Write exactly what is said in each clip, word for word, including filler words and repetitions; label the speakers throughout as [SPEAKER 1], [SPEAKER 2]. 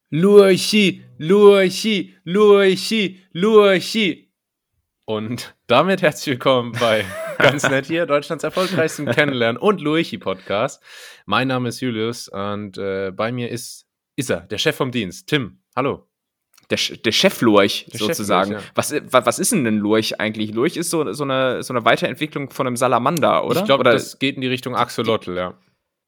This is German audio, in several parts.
[SPEAKER 1] Lurchi, Lurchi, Lurchi, Lurchi. Und damit herzlich willkommen bei Ganz nett hier, Deutschlands erfolgreichsten Kennenlernen- und Lurchi-Podcast. Mein Name ist Julius und äh, bei mir ist, ist er, der Chef vom Dienst, Tim. Hallo.
[SPEAKER 2] Der, der Chef-Lurch
[SPEAKER 1] Der
[SPEAKER 2] sozusagen.
[SPEAKER 1] Cheflurch, ja.
[SPEAKER 2] was, was ist denn ein Lurch eigentlich? Lurch ist so, so, eine, so eine Weiterentwicklung von einem Salamander, oder?
[SPEAKER 1] Ich glaube,
[SPEAKER 2] Oder
[SPEAKER 1] das geht in die Richtung Axolotl, ja.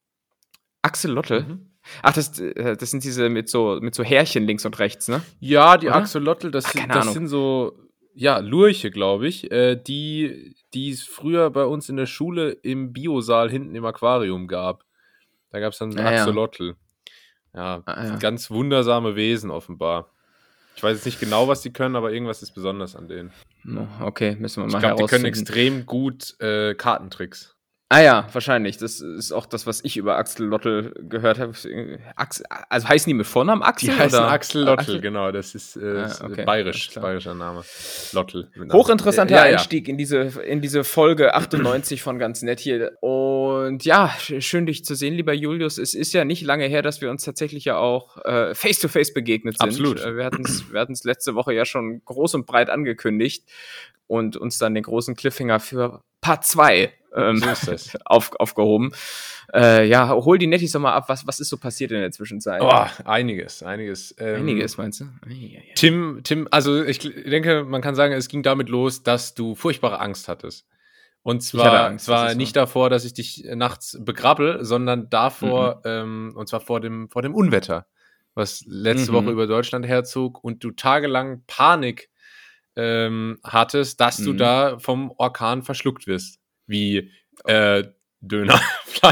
[SPEAKER 2] Axolotl?
[SPEAKER 1] Mhm.
[SPEAKER 2] Ach, das, äh, das sind diese mit so, mit so Härchen links und rechts, ne?
[SPEAKER 1] Ja, die
[SPEAKER 2] Oder?
[SPEAKER 1] Axolotl, das,
[SPEAKER 2] Ach,
[SPEAKER 1] sind,
[SPEAKER 2] keine
[SPEAKER 1] das
[SPEAKER 2] Ahnung.
[SPEAKER 1] sind so, ja, Lurche, glaube ich, äh, die die es früher bei uns in der Schule im Biosaal hinten im Aquarium gab. Da gab es dann so
[SPEAKER 2] Ah, ja.
[SPEAKER 1] Axolotl. Ja,
[SPEAKER 2] Ah, ja.
[SPEAKER 1] ganz wundersame Wesen offenbar. Ich weiß jetzt nicht genau, was die können, aber irgendwas ist besonders an denen.
[SPEAKER 2] Okay, müssen wir
[SPEAKER 1] Ich
[SPEAKER 2] mal
[SPEAKER 1] glaube, die können
[SPEAKER 2] herausfinden.
[SPEAKER 1] extrem gut äh, Kartentricks.
[SPEAKER 2] Ah ja, wahrscheinlich. Das ist auch das, was ich über Axolotl gehört habe. Ax- also heißen die mit Vornamen Axel?
[SPEAKER 1] Die heißen
[SPEAKER 2] oder?
[SPEAKER 1] Axolotl,
[SPEAKER 2] Axel?
[SPEAKER 1] genau. Das ist, äh,
[SPEAKER 2] Ah,
[SPEAKER 1] ist
[SPEAKER 2] okay,
[SPEAKER 1] bayerisch,
[SPEAKER 2] alles klar.
[SPEAKER 1] bayerischer Name. Lotl. mit
[SPEAKER 2] Hochinteressanter
[SPEAKER 1] Ja, ja.
[SPEAKER 2] Einstieg in diese, in diese Folge achtundneunzig von Ganz nett hier. Und ja, sch- schön dich zu sehen, lieber Julius. Es ist ja nicht lange her, dass wir uns tatsächlich ja auch äh, face-to-face begegnet sind.
[SPEAKER 1] Absolut.
[SPEAKER 2] Äh, Wir hatten es wir hatten's letzte Woche ja schon groß und breit angekündigt und uns dann den großen Cliffhanger für Part zwei ähm,
[SPEAKER 1] So ist das.
[SPEAKER 2] auf, aufgehoben. Äh, ja, hol die Nettis doch mal ab. Was, was ist so passiert in der Zwischenzeit?
[SPEAKER 1] Oh, einiges, einiges. Ähm,
[SPEAKER 2] Einiges, meinst du? Eieiei.
[SPEAKER 1] Tim, Tim, also ich denke, man kann sagen, es ging damit los, dass du furchtbare Angst hattest. Und
[SPEAKER 2] hatte
[SPEAKER 1] zwar,
[SPEAKER 2] Angst, das
[SPEAKER 1] zwar
[SPEAKER 2] ist so.
[SPEAKER 1] nicht davor, dass ich dich nachts begrabbel, sondern davor, ähm, und zwar vor dem, vor dem Unwetter, was letzte
[SPEAKER 2] Mhm.
[SPEAKER 1] Woche über Deutschland herzog und du tagelang Panik ähm, hattest, dass du
[SPEAKER 2] Mhm.
[SPEAKER 1] da vom Orkan verschluckt wirst. Wie äh, Dönerfleisch.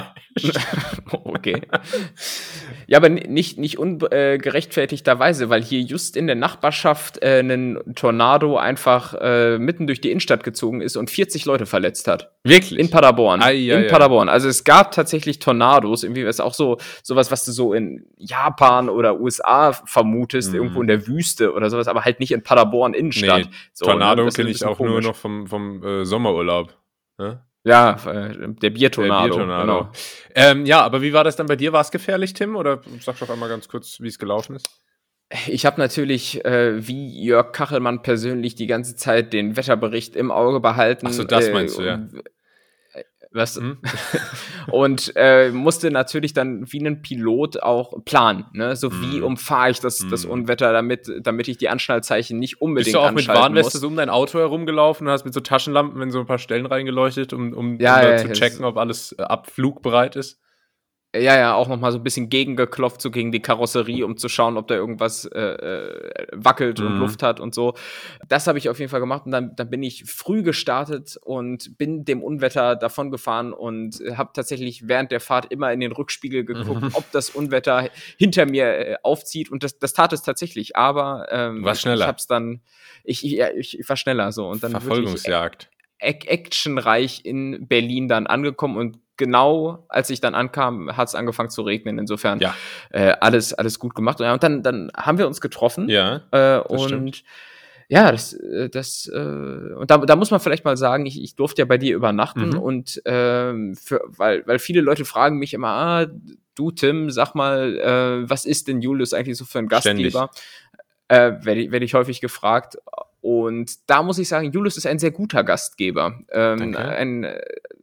[SPEAKER 2] Okay. Ja, aber ni- nicht, nicht ungerechtfertigterweise, weil hier just in der Nachbarschaft äh, ein Tornado einfach äh, mitten durch die Innenstadt gezogen ist und vierzig Leute verletzt hat.
[SPEAKER 1] Wirklich?
[SPEAKER 2] In Paderborn.
[SPEAKER 1] Ei, ei,
[SPEAKER 2] in
[SPEAKER 1] ei.
[SPEAKER 2] Paderborn. Also es gab tatsächlich Tornados. Irgendwie ist auch so sowas, was du so in Japan oder U S A vermutest,
[SPEAKER 1] Mhm.
[SPEAKER 2] irgendwo in der Wüste oder sowas, aber halt nicht in Paderborn Innenstadt.
[SPEAKER 1] Nee,
[SPEAKER 2] so,
[SPEAKER 1] Tornado
[SPEAKER 2] ne? Das ist
[SPEAKER 1] kenne
[SPEAKER 2] ein
[SPEAKER 1] ich
[SPEAKER 2] bisschen
[SPEAKER 1] auch nur
[SPEAKER 2] komisch.
[SPEAKER 1] noch vom, vom äh, Sommerurlaub. Ne?
[SPEAKER 2] Ja, äh, der Biertornado.
[SPEAKER 1] Der Biertornado.
[SPEAKER 2] Genau.
[SPEAKER 1] Ähm, ja, aber wie war das dann bei dir? War es gefährlich, Tim? Oder sag doch einmal ganz kurz, wie es gelaufen ist.
[SPEAKER 2] Ich habe natürlich, äh, wie Jörg Kachelmann persönlich, die ganze Zeit den Wetterbericht im Auge behalten.
[SPEAKER 1] Ach so, das
[SPEAKER 2] äh,
[SPEAKER 1] meinst du, ja.
[SPEAKER 2] und- Was?
[SPEAKER 1] Hm?
[SPEAKER 2] Und äh, musste natürlich dann wie ein Pilot auch planen. Ne? So wie
[SPEAKER 1] Mhm.
[SPEAKER 2] umfahre ich das, das
[SPEAKER 1] Mhm.
[SPEAKER 2] Unwetter, damit, damit ich die Anschnallzeichen nicht unbedingt
[SPEAKER 1] Bist du auch mit
[SPEAKER 2] anschalten
[SPEAKER 1] Warnweste
[SPEAKER 2] muss.
[SPEAKER 1] so um dein Auto herumgelaufen und hast mit so Taschenlampen in so ein paar Stellen reingeleuchtet, um, um,
[SPEAKER 2] Ja,
[SPEAKER 1] um da
[SPEAKER 2] ja,
[SPEAKER 1] zu
[SPEAKER 2] es-
[SPEAKER 1] checken, ob alles äh, abflugbereit ist?
[SPEAKER 2] Ja, ja, auch noch mal so ein bisschen gegengeklopft, so gegen die Karosserie, um zu schauen, ob da irgendwas äh, äh, wackelt und
[SPEAKER 1] Mhm.
[SPEAKER 2] Luft hat und so. Das habe ich auf jeden Fall gemacht und dann, dann bin ich früh gestartet und bin dem Unwetter davon gefahren und habe tatsächlich während der Fahrt immer in den Rückspiegel geguckt,
[SPEAKER 1] Mhm.
[SPEAKER 2] ob das Unwetter hinter mir äh, aufzieht und das, das tat es tatsächlich, aber ähm,
[SPEAKER 1] Du warst schneller.
[SPEAKER 2] ich hab's dann, ich, ich, ja, ich war schneller so und dann wirklich
[SPEAKER 1] Verfolgungsjagd.
[SPEAKER 2] ac- actionreich in Berlin dann angekommen und genau als ich dann ankam, hat es angefangen zu regnen. Insofern
[SPEAKER 1] Ja.
[SPEAKER 2] äh, alles, alles gut gemacht. Ja, und dann, dann haben wir uns getroffen.
[SPEAKER 1] Ja.
[SPEAKER 2] Äh,
[SPEAKER 1] das
[SPEAKER 2] und
[SPEAKER 1] stimmt.
[SPEAKER 2] ja, das, äh, das äh, und da, da muss man vielleicht mal sagen, ich, ich durfte ja bei dir übernachten
[SPEAKER 1] Mhm.
[SPEAKER 2] und ähm, für, weil, weil viele Leute fragen mich immer, ah, du Tim, sag mal, äh, was ist denn Julius eigentlich so für ein
[SPEAKER 1] Ständig.
[SPEAKER 2] Gastgeber? Äh, werde ich, werd ich häufig gefragt. Und da muss ich sagen, Julius ist ein sehr guter Gastgeber. Ähm,
[SPEAKER 1] Danke.
[SPEAKER 2] ein, äh,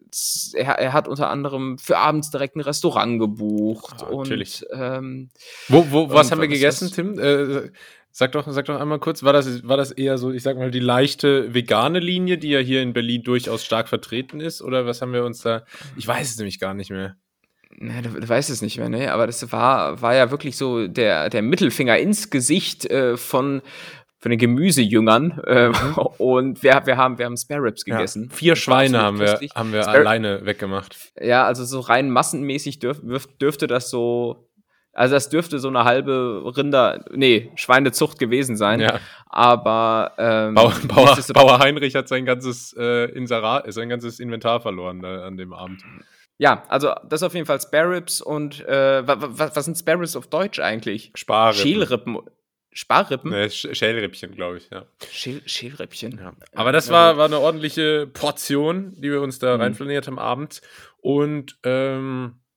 [SPEAKER 2] er, er hat unter anderem für abends direkt ein Restaurant gebucht.
[SPEAKER 1] Ah,
[SPEAKER 2] und
[SPEAKER 1] natürlich.
[SPEAKER 2] ähm,
[SPEAKER 1] Wo, wo, was
[SPEAKER 2] Und
[SPEAKER 1] haben wir
[SPEAKER 2] was-
[SPEAKER 1] gegessen,
[SPEAKER 2] was-
[SPEAKER 1] Tim? Äh, sag, doch, sag doch einmal kurz, war das, war das eher so, ich sag mal, die leichte vegane Linie, die ja hier in Berlin durchaus stark vertreten ist? Oder was haben wir uns da. Ich weiß es nämlich gar nicht mehr.
[SPEAKER 2] na, du, du weißt es nicht mehr, ne? Aber das war, war ja wirklich so der, der Mittelfinger ins Gesicht äh, von, von den Gemüsejüngern. Äh, Und wir, wir haben, wir haben Spare Ribs gegessen.
[SPEAKER 1] Mhm. Ja, vier
[SPEAKER 2] Das war
[SPEAKER 1] Schweine
[SPEAKER 2] absolut
[SPEAKER 1] haben wir,
[SPEAKER 2] köstlich.
[SPEAKER 1] haben wir
[SPEAKER 2] Spare-
[SPEAKER 1] alleine weggemacht.
[SPEAKER 2] Ja, also so rein massenmäßig dürf, dürf, dürfte das so, also das dürfte so eine halbe Rinder, nee, Schweinezucht gewesen sein.
[SPEAKER 1] Ja.
[SPEAKER 2] Aber ähm,
[SPEAKER 1] Bauer, Bauer,
[SPEAKER 2] nichtsdestotrotz-
[SPEAKER 1] Bauer Heinrich hat sein ganzes, äh, Inserat, sein ganzes Inventar verloren da, an dem Abend.
[SPEAKER 2] ja, also das auf jeden Fall Spare Ribs und äh, wa, wa, was sind Spare Ribs auf Deutsch eigentlich?
[SPEAKER 1] Sparrippen.
[SPEAKER 2] Schälrippen. Sparrippen?
[SPEAKER 1] Ne, Sch- Schälrippchen, glaube ich, ja.
[SPEAKER 2] Schäl, Schälrippchen.
[SPEAKER 1] Ja. Aber das
[SPEAKER 2] Ja,
[SPEAKER 1] war,
[SPEAKER 2] gut.
[SPEAKER 1] war eine ordentliche Portion, die wir uns da
[SPEAKER 2] Mhm.
[SPEAKER 1] reinflaniert haben abends. Und ähm,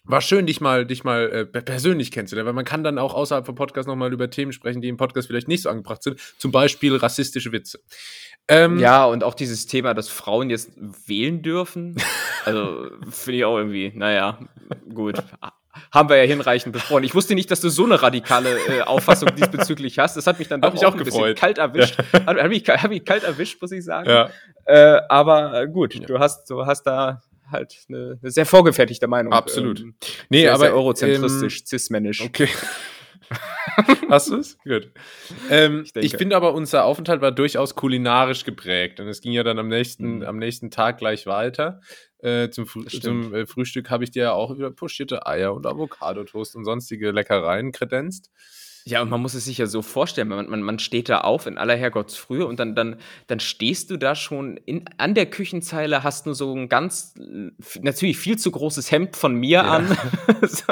[SPEAKER 1] war schön, dich mal, dich mal äh, persönlich kennenzulernen, weil man kann dann auch außerhalb vom Podcast nochmal über Themen sprechen, die im Podcast vielleicht nicht so angebracht sind. Zum Beispiel rassistische Witze. Ähm,
[SPEAKER 2] ja, und auch dieses Thema, dass Frauen jetzt wählen dürfen. Also, finde ich auch irgendwie, naja, gut. Haben wir ja hinreichend besprochen. Ich wusste nicht, dass du so eine radikale äh, Auffassung diesbezüglich hast. Das hat mich dann doch
[SPEAKER 1] auch
[SPEAKER 2] auch ein
[SPEAKER 1] gefreut.
[SPEAKER 2] bisschen kalt erwischt. Ja. Hat, hat, mich, hat mich kalt erwischt, muss ich sagen.
[SPEAKER 1] Ja.
[SPEAKER 2] Äh, aber gut,
[SPEAKER 1] ja.
[SPEAKER 2] du hast, du hast da halt eine, eine sehr vorgefertigte Meinung.
[SPEAKER 1] Absolut.
[SPEAKER 2] Ähm,
[SPEAKER 1] nee,
[SPEAKER 2] sehr,
[SPEAKER 1] aber
[SPEAKER 2] sehr eurozentristisch,
[SPEAKER 1] ähm,
[SPEAKER 2] cis-männisch.
[SPEAKER 1] Okay. Hast du es? Gut. Ähm,
[SPEAKER 2] ich,
[SPEAKER 1] ich finde aber, unser Aufenthalt war durchaus kulinarisch geprägt. Und es ging ja dann am nächsten, mhm. am nächsten Tag gleich weiter. Äh, zum Früh- zum äh, Frühstück habe ich dir ja auch wieder pochierte Eier und Avocado-Toast und sonstige Leckereien kredenzt.
[SPEAKER 2] Ja, und man muss es sich ja so vorstellen, man, man, man steht da auf in aller Herrgottsfrühe und dann, dann, dann stehst du da schon in, an der Küchenzeile, hast nur so ein ganz, natürlich viel zu großes Hemd von mir ja. an. so.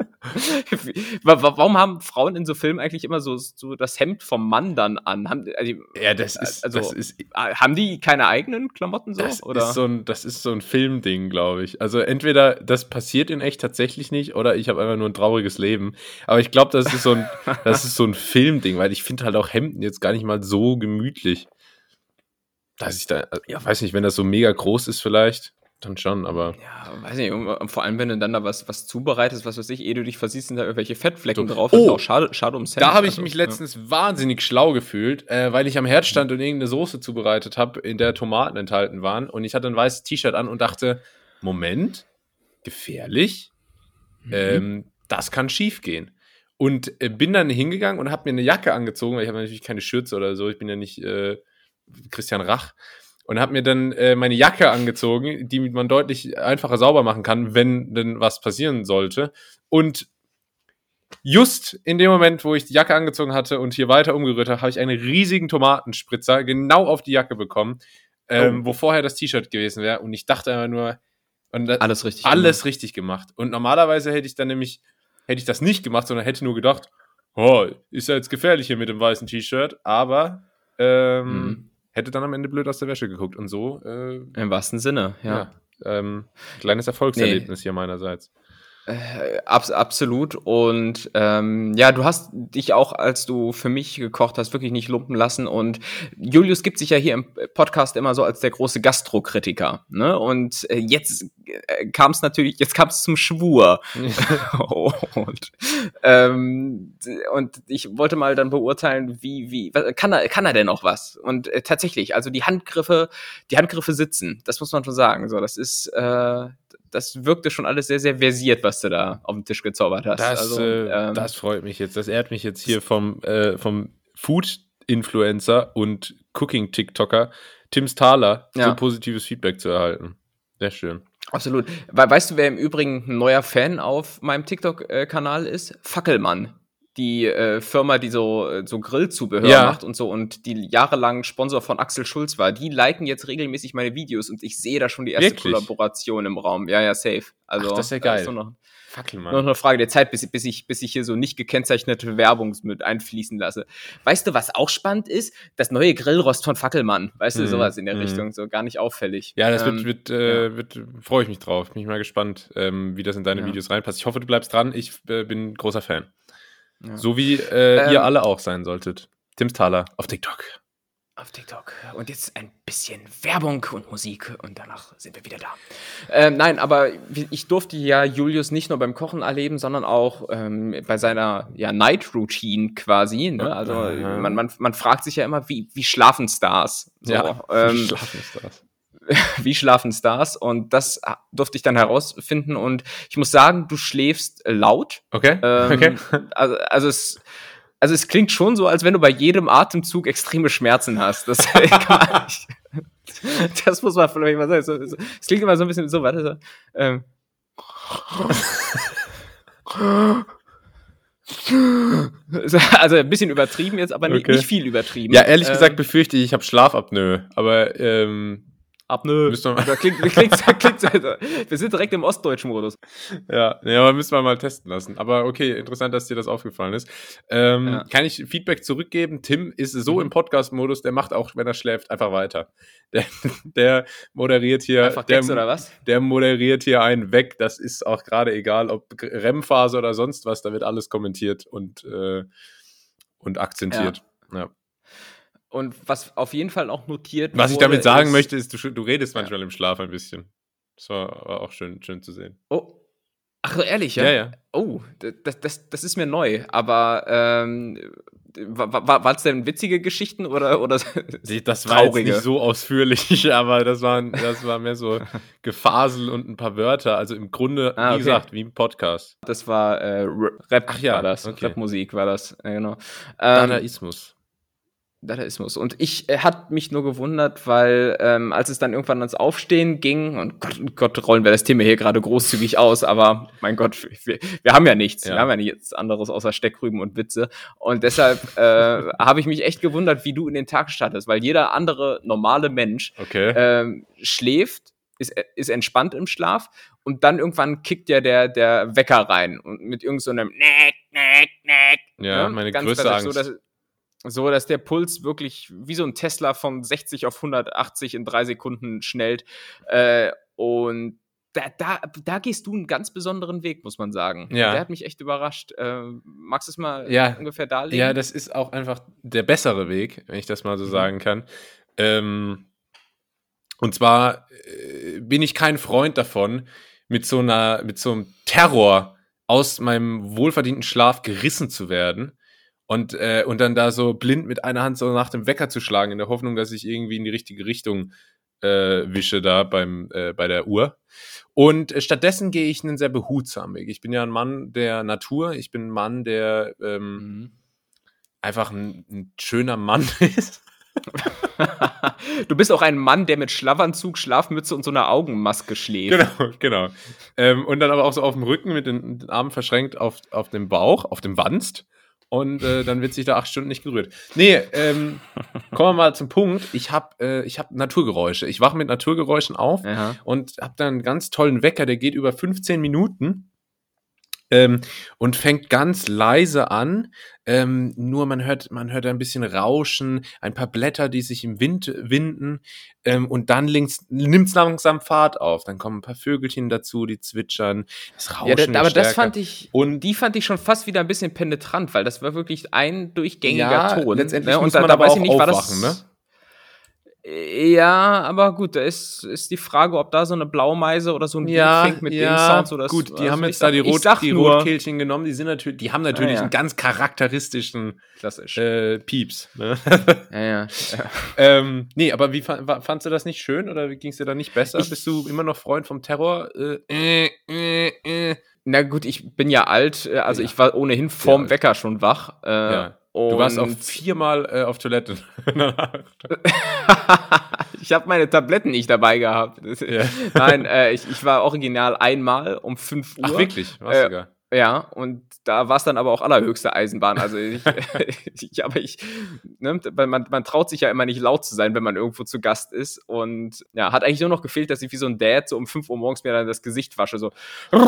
[SPEAKER 2] Warum haben Frauen in so Filmen eigentlich immer so, so das Hemd vom Mann dann an? Haben, also,
[SPEAKER 1] ja, das ist,
[SPEAKER 2] also,
[SPEAKER 1] das ist,
[SPEAKER 2] haben die keine eigenen Klamotten so?
[SPEAKER 1] Das,
[SPEAKER 2] oder?
[SPEAKER 1] Ist so ein, das ist so ein Filmding, glaube ich. Also entweder das passiert in echt tatsächlich nicht oder ich habe einfach nur ein trauriges Leben. Aber ich glaube, das ist so ein, das ist so ein Filmding, weil ich finde halt auch Hemden jetzt gar nicht mal so gemütlich. Dass ich da, ja, weiß nicht, wenn das so mega groß ist vielleicht, dann schon, aber...
[SPEAKER 2] Ja, weiß nicht, vor allem, wenn du dann da was, was zubereitest, was weiß ich, ehe du dich versiehst, sind da irgendwelche Fettflecken
[SPEAKER 1] so.
[SPEAKER 2] drauf.
[SPEAKER 1] Oh,
[SPEAKER 2] das ist auch schade, schade ums Hemd.
[SPEAKER 1] Da habe ich
[SPEAKER 2] also,
[SPEAKER 1] mich letztens ja. wahnsinnig schlau gefühlt, äh, weil ich am Herd stand und irgendeine Soße zubereitet habe, in der Tomaten enthalten waren. Und ich hatte ein weißes T-Shirt an und dachte, Moment, gefährlich, mhm. ähm, das kann schief gehen. Und äh, bin dann hingegangen und habe mir eine Jacke angezogen, weil ich habe natürlich keine Schürze oder so, ich bin ja nicht äh, Christian Rach. Und habe mir dann äh, meine Jacke angezogen, die man deutlich einfacher sauber machen kann, wenn denn was passieren sollte. Und just in dem Moment, wo ich die Jacke angezogen hatte und hier weiter umgerührt habe, habe ich einen riesigen Tomatenspritzer genau auf die Jacke bekommen, ähm, oh. wo vorher das T-Shirt gewesen wäre. Und ich dachte einfach nur, und das,
[SPEAKER 2] alles richtig
[SPEAKER 1] alles
[SPEAKER 2] gemacht.
[SPEAKER 1] richtig gemacht. Und normalerweise hätte ich dann nämlich, hätte ich das nicht gemacht, sondern hätte nur gedacht, oh, ist ja jetzt gefährlich hier mit dem weißen T-Shirt, aber ähm, mhm. hätte dann am Ende blöd aus der Wäsche geguckt. Und so. Äh,
[SPEAKER 2] Im wahrsten Sinne, ja.
[SPEAKER 1] ja ähm, kleines Erfolgserlebnis nee. hier meinerseits.
[SPEAKER 2] Äh, abs- absolut. Und ähm, ja, du hast dich auch, als du für mich gekocht hast, wirklich nicht lumpen lassen. Und Julius gibt sich ja hier im Podcast immer so als der große Gastrokritiker. Ne? Und äh, jetzt äh, kam es natürlich, jetzt kam es zum Schwur. und, ähm, und ich wollte mal dann beurteilen, wie, wie, was, kann er, kann er denn noch was? Und äh, tatsächlich, also die Handgriffe, die Handgriffe sitzen, das muss man schon sagen. So, das ist, äh, das wirkte schon alles sehr, sehr versiert, was du da auf dem Tisch gezaubert hast.
[SPEAKER 1] Das,
[SPEAKER 2] also,
[SPEAKER 1] äh,
[SPEAKER 2] ähm,
[SPEAKER 1] das freut mich jetzt. Das ehrt mich jetzt hier vom, äh, vom Food-Influencer und Cooking-TikToker Tim Thaler ja. so positives Feedback zu erhalten. Sehr schön.
[SPEAKER 2] Absolut. We- weißt du, wer im Übrigen ein neuer Fan auf meinem TikTok-Kanal ist? Fackelmann. Die äh, Firma, die so, so Grillzubehör ja. macht und so und die jahrelang Sponsor von Axel Schulz war, die liken jetzt regelmäßig meine Videos und ich sehe da schon die erste
[SPEAKER 1] Wirklich?
[SPEAKER 2] Kollaboration im Raum. Ja, ja, safe. Also,
[SPEAKER 1] ach, das ist ja geil.
[SPEAKER 2] Ist noch,
[SPEAKER 1] Fackelmann.
[SPEAKER 2] noch eine Frage der Zeit, bis, bis, ich, bis ich hier so nicht gekennzeichnete Werbung mit einfließen lasse. Weißt du, was auch spannend ist? Das neue Grillrost von Fackelmann. Weißt du,
[SPEAKER 1] mm,
[SPEAKER 2] sowas in der
[SPEAKER 1] mm.
[SPEAKER 2] Richtung. So gar nicht auffällig.
[SPEAKER 1] Ja, das
[SPEAKER 2] ähm,
[SPEAKER 1] wird, wird, äh, ja. wird freue ich mich drauf. Bin ich mal gespannt, ähm, wie das in deine ja. Videos reinpasst. Ich hoffe, du bleibst dran. Ich äh, bin großer Fan. Ja. So wie äh, ähm, ihr alle auch sein solltet. Tim Thaler auf TikTok.
[SPEAKER 2] Auf TikTok. Und jetzt ein bisschen Werbung und Musik und danach sind wir wieder da. Ähm, nein, aber ich durfte ja Julius nicht nur beim Kochen erleben, sondern auch ähm, bei seiner ja, Night Routine quasi. Ne? Also mhm. man, man, man fragt sich ja immer, wie, wie schlafen Stars? So,
[SPEAKER 1] ja,
[SPEAKER 2] ähm,
[SPEAKER 1] wie schlafen Stars?
[SPEAKER 2] Wie schlafen Stars? Und das durfte ich dann herausfinden. Und ich muss sagen, du schläfst laut.
[SPEAKER 1] Okay.
[SPEAKER 2] Ähm,
[SPEAKER 1] okay.
[SPEAKER 2] Also, also, es, also es klingt schon so, als wenn du bei jedem Atemzug extreme Schmerzen hast. Das, kann ich, das muss man vielleicht mal sagen. Es klingt immer so ein bisschen so, warte so. Ähm. Also ein bisschen übertrieben jetzt, aber okay. nicht, nicht viel übertrieben.
[SPEAKER 1] Ja, ehrlich
[SPEAKER 2] ähm,
[SPEAKER 1] gesagt befürchte ich, ich habe Schlafapnoe. Aber ähm
[SPEAKER 2] Apnoe.
[SPEAKER 1] Müssen wir mal-
[SPEAKER 2] Da klingt, klingt, klingt, klingt, wir sind direkt im ostdeutschen Modus.
[SPEAKER 1] Ja, ja, aber müssen wir mal testen lassen. Aber okay, interessant, dass dir das aufgefallen ist. Ähm,
[SPEAKER 2] Ja.
[SPEAKER 1] Kann ich Feedback zurückgeben? Tim ist so
[SPEAKER 2] Mhm.
[SPEAKER 1] im Podcast-Modus, der macht auch, wenn er schläft, einfach weiter. Der, der moderiert hier,
[SPEAKER 2] Einfach
[SPEAKER 1] der,
[SPEAKER 2] Gags oder was?
[SPEAKER 1] der moderiert hier einen weg. Das ist auch gerade egal, ob R E M-Phase oder sonst was, da wird alles kommentiert und, äh, und akzentiert. Ja.
[SPEAKER 2] Und was auf jeden Fall auch notiert
[SPEAKER 1] Was ich
[SPEAKER 2] wurde,
[SPEAKER 1] damit sagen
[SPEAKER 2] ist,
[SPEAKER 1] möchte, ist, du, du redest
[SPEAKER 2] Ja.
[SPEAKER 1] manchmal im Schlaf ein bisschen. Das war, war auch schön, schön zu sehen.
[SPEAKER 2] Oh. Ach, so, ehrlich, ja?
[SPEAKER 1] Ja, ja.
[SPEAKER 2] Oh, das, das, das ist mir neu. Aber ähm, war, war, war es denn witzige Geschichten oder, oder
[SPEAKER 1] Die- Das war jetzt
[SPEAKER 2] traurige?
[SPEAKER 1] nicht so ausführlich, aber das war, das war mehr so Gefasel und ein paar Wörter. Also im Grunde,
[SPEAKER 2] Ah,
[SPEAKER 1] wie
[SPEAKER 2] okay.
[SPEAKER 1] gesagt, wie ein Podcast.
[SPEAKER 2] Das war äh, Rap,
[SPEAKER 1] Ach ja,
[SPEAKER 2] war das.
[SPEAKER 1] okay.
[SPEAKER 2] Rapmusik war das, ja, genau. Ähm,
[SPEAKER 1] Dadaismus.
[SPEAKER 2] Dadaismus. Und ich äh, hat mich nur gewundert, weil ähm, als es dann irgendwann ans Aufstehen ging, und Gott, Gott rollen wir das Thema hier gerade großzügig aus, aber mein Gott, wir, wir haben ja nichts.
[SPEAKER 1] Ja.
[SPEAKER 2] Wir haben ja nichts anderes außer Steckrüben und Witze. Und deshalb äh, habe ich mich echt gewundert, wie du in den Tag startest, weil jeder andere normale Mensch
[SPEAKER 1] Okay.
[SPEAKER 2] ähm, schläft, ist, ist entspannt im Schlaf und dann irgendwann kickt ja der, der Wecker rein und mit irgend so einem Neck, Neck, Neck.
[SPEAKER 1] Ja, meine
[SPEAKER 2] Ganz
[SPEAKER 1] größte
[SPEAKER 2] klassisch,
[SPEAKER 1] Angst.
[SPEAKER 2] So, dass, so, dass der Puls wirklich wie so ein Tesla von sechzig auf hundertachtzig in drei Sekunden schnellt. Äh, und da, da, da gehst du einen ganz besonderen Weg, muss man sagen.
[SPEAKER 1] Ja.
[SPEAKER 2] Der hat mich echt überrascht. Äh, magst du es mal
[SPEAKER 1] Ja.
[SPEAKER 2] ungefähr darlegen?
[SPEAKER 1] Ja, das ist auch einfach der bessere Weg, wenn ich das mal so
[SPEAKER 2] Mhm.
[SPEAKER 1] sagen kann. Ähm, und zwar äh, bin ich kein Freund davon, mit so einer, mit so einem Terror aus meinem wohlverdienten Schlaf gerissen zu werden und, äh, und dann da so blind mit einer Hand so nach dem Wecker zu schlagen, in der Hoffnung, dass ich irgendwie in die richtige Richtung äh, wische da beim, äh, bei der Uhr. Und äh, stattdessen gehe ich einen sehr behutsamen Weg. Ich bin ja ein Mann der Natur, ich bin ein Mann, der ähm,
[SPEAKER 2] Mhm.
[SPEAKER 1] einfach ein, ein schöner Mann ist.
[SPEAKER 2] Du bist auch ein Mann, der mit Schlafanzug, Schlafmütze und so einer Augenmaske schläft.
[SPEAKER 1] Genau, genau. Ähm, und dann aber auch so auf dem Rücken mit den, den Armen verschränkt auf, auf dem Bauch, auf dem Wanst. Und äh, dann wird sich da acht Stunden nicht gerührt. Nee, ähm, kommen wir mal zum Punkt. Ich habe äh, ich hab Naturgeräusche. Ich wache mit Naturgeräuschen auf
[SPEAKER 2] Aha.
[SPEAKER 1] und habe dann einen ganz tollen Wecker, der geht über fünfzehn Minuten. Ähm, und fängt ganz leise an. Ähm, nur man hört, man hört ein bisschen Rauschen, ein paar Blätter, die sich im Wind winden. Ähm, und dann nimmt es langsam Fahrt auf. Dann kommen ein paar Vögelchen dazu, die zwitschern. Das Rauschen
[SPEAKER 2] Ja, da,
[SPEAKER 1] wird
[SPEAKER 2] aber das
[SPEAKER 1] stärker.
[SPEAKER 2] fand ich,
[SPEAKER 1] Und
[SPEAKER 2] die fand ich schon fast wieder ein bisschen penetrant, weil das war wirklich ein durchgängiger
[SPEAKER 1] Ja,
[SPEAKER 2] Ton.
[SPEAKER 1] letztendlich
[SPEAKER 2] ne?
[SPEAKER 1] muss
[SPEAKER 2] Und da,
[SPEAKER 1] man
[SPEAKER 2] da
[SPEAKER 1] aber
[SPEAKER 2] weiß
[SPEAKER 1] auch
[SPEAKER 2] ich nicht, war
[SPEAKER 1] aufwachen,
[SPEAKER 2] das. Ja, aber gut, da ist, ist die Frage, ob da so eine Blaumeise oder so ein
[SPEAKER 1] ja,
[SPEAKER 2] Beat fängt mit
[SPEAKER 1] ja,
[SPEAKER 2] dem Sound. So das,
[SPEAKER 1] gut, die
[SPEAKER 2] also
[SPEAKER 1] haben
[SPEAKER 2] ich
[SPEAKER 1] jetzt
[SPEAKER 2] sag,
[SPEAKER 1] da die,
[SPEAKER 2] ich
[SPEAKER 1] Rot,
[SPEAKER 2] sag
[SPEAKER 1] die
[SPEAKER 2] nur,
[SPEAKER 1] Rotkehlchen genommen. Die sind natürlich, die haben natürlich
[SPEAKER 2] Ah, ja.
[SPEAKER 1] einen ganz charakteristischen
[SPEAKER 2] Klassisch.
[SPEAKER 1] äh, Pieps. Ne?
[SPEAKER 2] Ja, ja. ja.
[SPEAKER 1] ähm, nee, aber wie fa- wa- fandst du das nicht schön oder ging es dir da nicht besser?
[SPEAKER 2] Ich-
[SPEAKER 1] Bist du immer noch Freund vom Terror? Äh, äh, äh, äh.
[SPEAKER 2] Na gut, ich bin ja alt, äh, also
[SPEAKER 1] Ja.
[SPEAKER 2] ich war ohnehin vorm
[SPEAKER 1] alt.
[SPEAKER 2] Wecker schon wach. Äh,
[SPEAKER 1] Ja.
[SPEAKER 2] und
[SPEAKER 1] Du warst auch viermal äh, auf Toilette.
[SPEAKER 2] ich habe meine Tabletten nicht dabei gehabt. Das,
[SPEAKER 1] Ja.
[SPEAKER 2] Nein, äh, ich, ich war original einmal um fünf Uhr.
[SPEAKER 1] Ach wirklich? Warst
[SPEAKER 2] Äh,
[SPEAKER 1] sogar.
[SPEAKER 2] Ja, und da war es dann aber auch allerhöchste Eisenbahn. Also ich, ich aber ich, ne, man, man traut sich ja immer nicht laut zu sein, wenn man irgendwo zu Gast ist. Und ja, hat eigentlich nur noch gefehlt, dass ich wie so ein Dad so um fünf Uhr morgens mir dann das Gesicht wasche. So.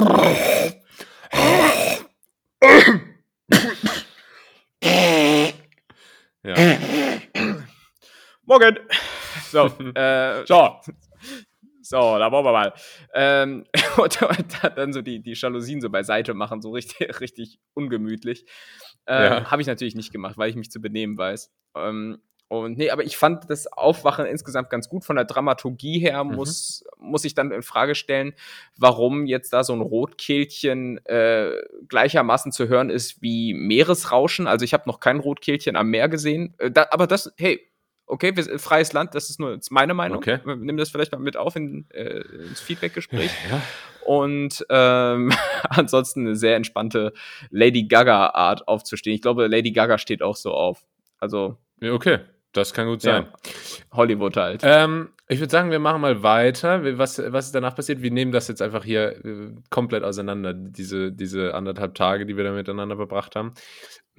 [SPEAKER 1] Ja.
[SPEAKER 2] Morgen! So, äh,
[SPEAKER 1] So.
[SPEAKER 2] So, da wollen wir mal. Ähm, und, und dann so die, die Jalousien so beiseite machen, so richtig, richtig ungemütlich. Ähm,
[SPEAKER 1] Ja.
[SPEAKER 2] Habe ich natürlich nicht gemacht, weil ich mich zu benehmen weiß. Ähm, und nee, aber ich fand das Aufwachen insgesamt ganz gut. Von der Dramaturgie her
[SPEAKER 1] Mhm.
[SPEAKER 2] muss, muss ich dann in Frage stellen, warum jetzt da so ein Rotkehlchen äh, gleichermaßen zu hören ist wie Meeresrauschen. Also ich habe noch kein Rotkehlchen am Meer gesehen. Äh, da, aber das, hey, okay, wir, freies Land, das ist nur jetzt meine Meinung.
[SPEAKER 1] Okay.
[SPEAKER 2] Nimm das vielleicht mal mit auf in, äh, ins Feedback-Gespräch.
[SPEAKER 1] Ja.
[SPEAKER 2] Und ähm, ansonsten eine sehr entspannte Lady Gaga-Art aufzustehen. Ich glaube, Lady Gaga steht auch so auf. Also,
[SPEAKER 1] Ja, okay, das kann gut sein.
[SPEAKER 2] ja, Hollywood halt.
[SPEAKER 1] Ähm, ich würde sagen, wir machen mal weiter. Wir- Was, was ist danach passiert? Wir nehmen das jetzt einfach hier äh, komplett auseinander, diese, diese anderthalb Tage, die wir da miteinander verbracht haben.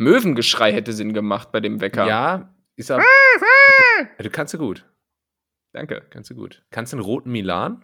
[SPEAKER 2] Möwengeschrei hätte Sinn gemacht bei dem Wecker.
[SPEAKER 1] Ja, ist aber. Du kannst ja gut.
[SPEAKER 2] Danke.
[SPEAKER 1] Kannst du gut. Kannst du einen roten Milan?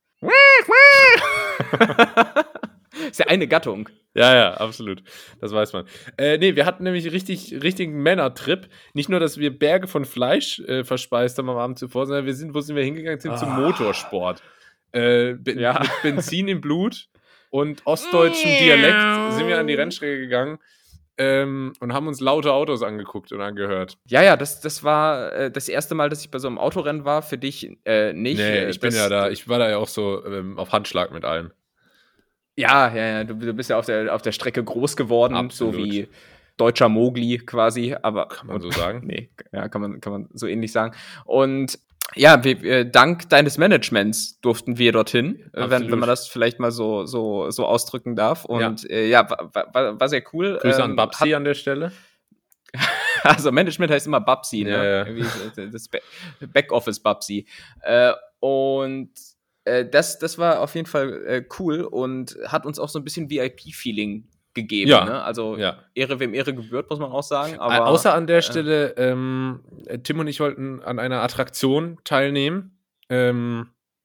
[SPEAKER 2] Ist ja eine Gattung.
[SPEAKER 1] Ja, ja, absolut. Das weiß man. Äh, nee, wir hatten nämlich richtig, richtigen Männertrip. Nicht nur, dass wir Berge von Fleisch äh, verspeist haben am Abend zuvor, sondern wir sind, wo sind wir hingegangen? Sind
[SPEAKER 2] Ah.
[SPEAKER 1] zum Motorsport. Äh, be-
[SPEAKER 2] Ja.
[SPEAKER 1] Mit Benzin im Blut und ostdeutschem Dialekt sind wir an die Rennstrecke gegangen ähm, und haben uns laute Autos angeguckt und angehört.
[SPEAKER 2] Ja, ja, das, das war äh, das erste Mal, dass ich bei so einem Autorennen war. Für dich äh, nicht.
[SPEAKER 1] Nee,
[SPEAKER 2] Äh,
[SPEAKER 1] ich bin
[SPEAKER 2] das,
[SPEAKER 1] ja da, ich war da ja auch so ähm, auf Handschlag mit allen.
[SPEAKER 2] Ja, ja, ja. Du, du bist ja auf der, auf der Strecke groß geworden,
[SPEAKER 1] Absolut.
[SPEAKER 2] so wie deutscher Mogli quasi. Aber
[SPEAKER 1] Kann man so sagen?
[SPEAKER 2] Nee, ja, kann man, kann man so ähnlich sagen. Und ja, wir, äh, dank deines Managements durften wir dorthin, äh, wenn, wenn man das vielleicht mal so, so, so ausdrücken darf. Und ja, äh, ja war, war, war sehr cool.
[SPEAKER 1] Grüße
[SPEAKER 2] ähm,
[SPEAKER 1] an Babsi
[SPEAKER 2] hat,
[SPEAKER 1] an der Stelle.
[SPEAKER 2] Also Management heißt immer Babsi,
[SPEAKER 1] Ja,
[SPEAKER 2] ne?
[SPEAKER 1] ja.
[SPEAKER 2] Irgendwie das Backoffice Babsi. Äh, und äh, das, das war auf jeden Fall äh, cool und hat uns auch so ein bisschen V I P-Feeling gegeben.
[SPEAKER 1] Ja,
[SPEAKER 2] Ne? Also
[SPEAKER 1] ja.
[SPEAKER 2] Ehre, wem Ehre gebührt, muss man auch sagen.
[SPEAKER 1] Äh,
[SPEAKER 2] Aber,
[SPEAKER 1] Außer an der Stelle, ähm, Tim und ich wollten an einer Attraktion teilnehmen, ähm,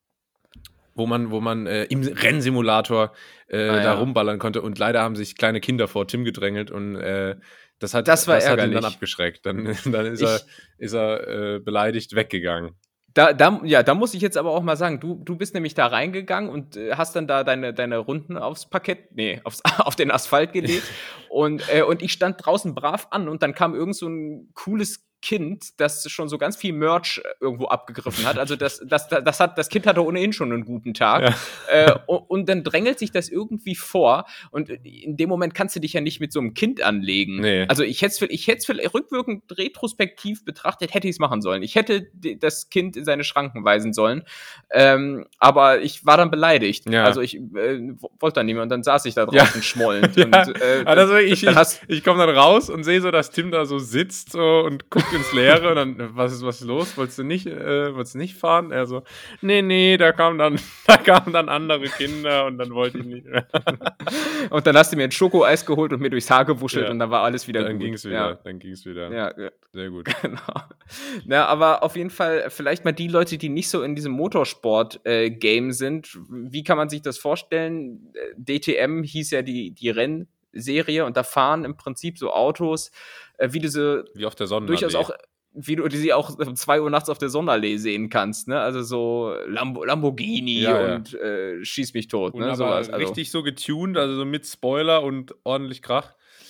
[SPEAKER 1] wo man, wo man äh, im Rennsimulator äh,
[SPEAKER 2] Ah,
[SPEAKER 1] da
[SPEAKER 2] ja.
[SPEAKER 1] rumballern konnte. Und leider haben sich kleine Kinder vor Tim gedrängelt und äh, das hat,
[SPEAKER 2] Das war
[SPEAKER 1] das hat ihn
[SPEAKER 2] ärgerlich.
[SPEAKER 1] dann abgeschreckt. Dann, dann ist
[SPEAKER 2] Ich-
[SPEAKER 1] er, ist er äh, beleidigt weggegangen.
[SPEAKER 2] Da, da, ja, da muss ich jetzt aber auch mal sagen, du, du bist nämlich da reingegangen und äh, hast dann da deine, deine Runden aufs Parkett, nee, aufs, auf den Asphalt gelegt und, äh, und ich stand draußen brav an und dann kam irgend so ein cooles Kind, das schon so ganz viel Merch irgendwo abgegriffen hat. Also das, das, das, das, hat, das Kind hatte ohnehin schon einen guten Tag.
[SPEAKER 1] Ja.
[SPEAKER 2] Äh, und, und dann drängelt sich das irgendwie vor und in dem Moment kannst du dich ja nicht mit so einem Kind anlegen.
[SPEAKER 1] Nee.
[SPEAKER 2] Also ich hätte es ich hätt's rückwirkend retrospektiv betrachtet, hätte ich es machen sollen. Ich hätte die, das Kind in seine Schranken weisen sollen. Ähm, aber ich war dann beleidigt.
[SPEAKER 1] Ja.
[SPEAKER 2] Also ich äh, wollte dann nicht mehr und dann saß ich da draußen
[SPEAKER 1] Ja.
[SPEAKER 2] schmollend.
[SPEAKER 1] Ja,
[SPEAKER 2] und, äh,
[SPEAKER 1] also ich,
[SPEAKER 2] dann
[SPEAKER 1] ich,
[SPEAKER 2] hast-
[SPEAKER 1] ich komme dann raus und sehe so, dass Tim da so sitzt so, und guckt ins Leere und dann, was ist, was ist los? Wolltest du nicht, äh, wolltest du nicht fahren? Er so, nee, nee, da kamen dann, da kamen dann andere Kinder und dann wollte ich nicht mehr.
[SPEAKER 2] Und dann hast du mir ein Schokoeis geholt und mir durchs Haar gewuschelt
[SPEAKER 1] Ja.
[SPEAKER 2] und dann war alles wieder
[SPEAKER 1] Dann
[SPEAKER 2] gut.
[SPEAKER 1] ging's wieder,
[SPEAKER 2] Ja.
[SPEAKER 1] dann ging's wieder.
[SPEAKER 2] Ja, ja,
[SPEAKER 1] Sehr gut.
[SPEAKER 2] genau. Na, aber auf jeden Fall, vielleicht mal die Leute, die nicht so in diesem Motorsport-Game sind, wie kann man sich das vorstellen? Äh, D T M hieß ja die, die Rennserie und da fahren im Prinzip so Autos, äh, wie diese
[SPEAKER 1] Wie auf der Sonnenallee.
[SPEAKER 2] durchaus auch, wie du sie auch um zwei Uhr nachts auf der Sonnenallee sehen kannst, ne? Also so Lambo, Lamborghini
[SPEAKER 1] Ja, ja.
[SPEAKER 2] und äh, schieß mich tot,
[SPEAKER 1] Und
[SPEAKER 2] ne?
[SPEAKER 1] aber
[SPEAKER 2] Sowas. Also,
[SPEAKER 1] richtig so getuned, also so mit Spoiler und ordentlich Krach.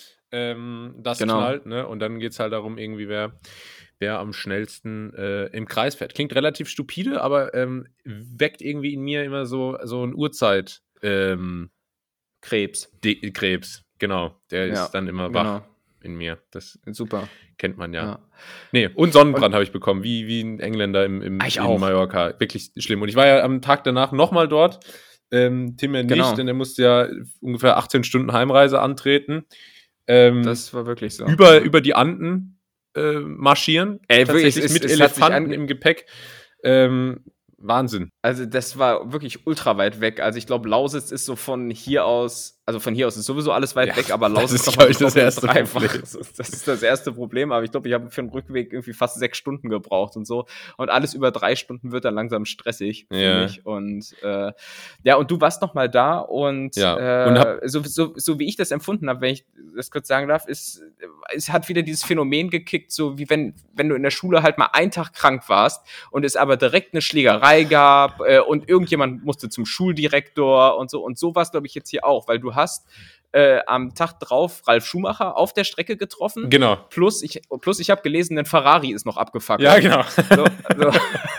[SPEAKER 1] Ähm, das
[SPEAKER 2] Genau.
[SPEAKER 1] knallt, ne? Und dann geht's halt darum, irgendwie, wer, wer am schnellsten äh, im Kreis fährt. Klingt relativ stupide, aber ähm, weckt irgendwie in mir immer so, so ein Uhrzeit ähm,
[SPEAKER 2] Krebs.
[SPEAKER 1] De- Krebs. Genau. Der
[SPEAKER 2] Ja,
[SPEAKER 1] ist dann immer wach
[SPEAKER 2] Genau.
[SPEAKER 1] in mir. Das
[SPEAKER 2] Super.
[SPEAKER 1] kennt man ja.
[SPEAKER 2] Ja.
[SPEAKER 1] Nee, und Sonnenbrand habe ich bekommen, wie, wie ein Engländer im, im,
[SPEAKER 2] Ah, ich
[SPEAKER 1] in
[SPEAKER 2] auch.
[SPEAKER 1] Mallorca. Wirklich schlimm. Und ich war ja am Tag danach nochmal dort. Ähm, Tim ja nicht,
[SPEAKER 2] Genau.
[SPEAKER 1] denn er musste ja ungefähr achtzehn Stunden Heimreise antreten. Ähm,
[SPEAKER 2] Das war wirklich so.
[SPEAKER 1] über, über die Anden äh, marschieren.
[SPEAKER 2] Ey, wirklich,
[SPEAKER 1] tatsächlich
[SPEAKER 2] es-
[SPEAKER 1] mit
[SPEAKER 2] es hat sich
[SPEAKER 1] Elefanten
[SPEAKER 2] ange-
[SPEAKER 1] im Gepäck. Ähm, Wahnsinn.
[SPEAKER 2] Also das war wirklich ultra weit weg. Also ich glaube, Lausitz ist so von hier aus, also von hier aus ist sowieso alles weit
[SPEAKER 1] Ja,
[SPEAKER 2] weg, aber
[SPEAKER 1] das
[SPEAKER 2] Lausitz
[SPEAKER 1] ist,
[SPEAKER 2] noch mal
[SPEAKER 1] glaub ich, das
[SPEAKER 2] doppelt
[SPEAKER 1] erste
[SPEAKER 2] dreifach.
[SPEAKER 1] Problem.
[SPEAKER 2] Das ist, das ist das erste Problem, aber ich glaube, ich habe für den Rückweg irgendwie fast sechs Stunden gebraucht und so. Und alles über drei Stunden wird dann langsam stressig für
[SPEAKER 1] Ja.
[SPEAKER 2] mich. Und äh, ja, und du warst noch mal da und,
[SPEAKER 1] Ja.
[SPEAKER 2] äh,
[SPEAKER 1] Und hab-
[SPEAKER 2] so, so, so wie ich das empfunden habe, wenn ich das kurz sagen darf, ist, es hat wieder dieses Phänomen gekickt, so wie wenn, wenn du in der Schule halt mal einen Tag krank warst und es aber direkt eine Schlägerei gab äh, und irgendjemand musste zum Schuldirektor und so. Und so war es, glaube ich, jetzt hier auch, weil du hast äh, am Tag drauf Ralf Schumacher auf der Strecke getroffen.
[SPEAKER 1] Genau.
[SPEAKER 2] Plus, ich, plus ich habe gelesen, ein Ferrari ist noch abgefuckt.
[SPEAKER 1] Ja, genau.
[SPEAKER 2] So, so.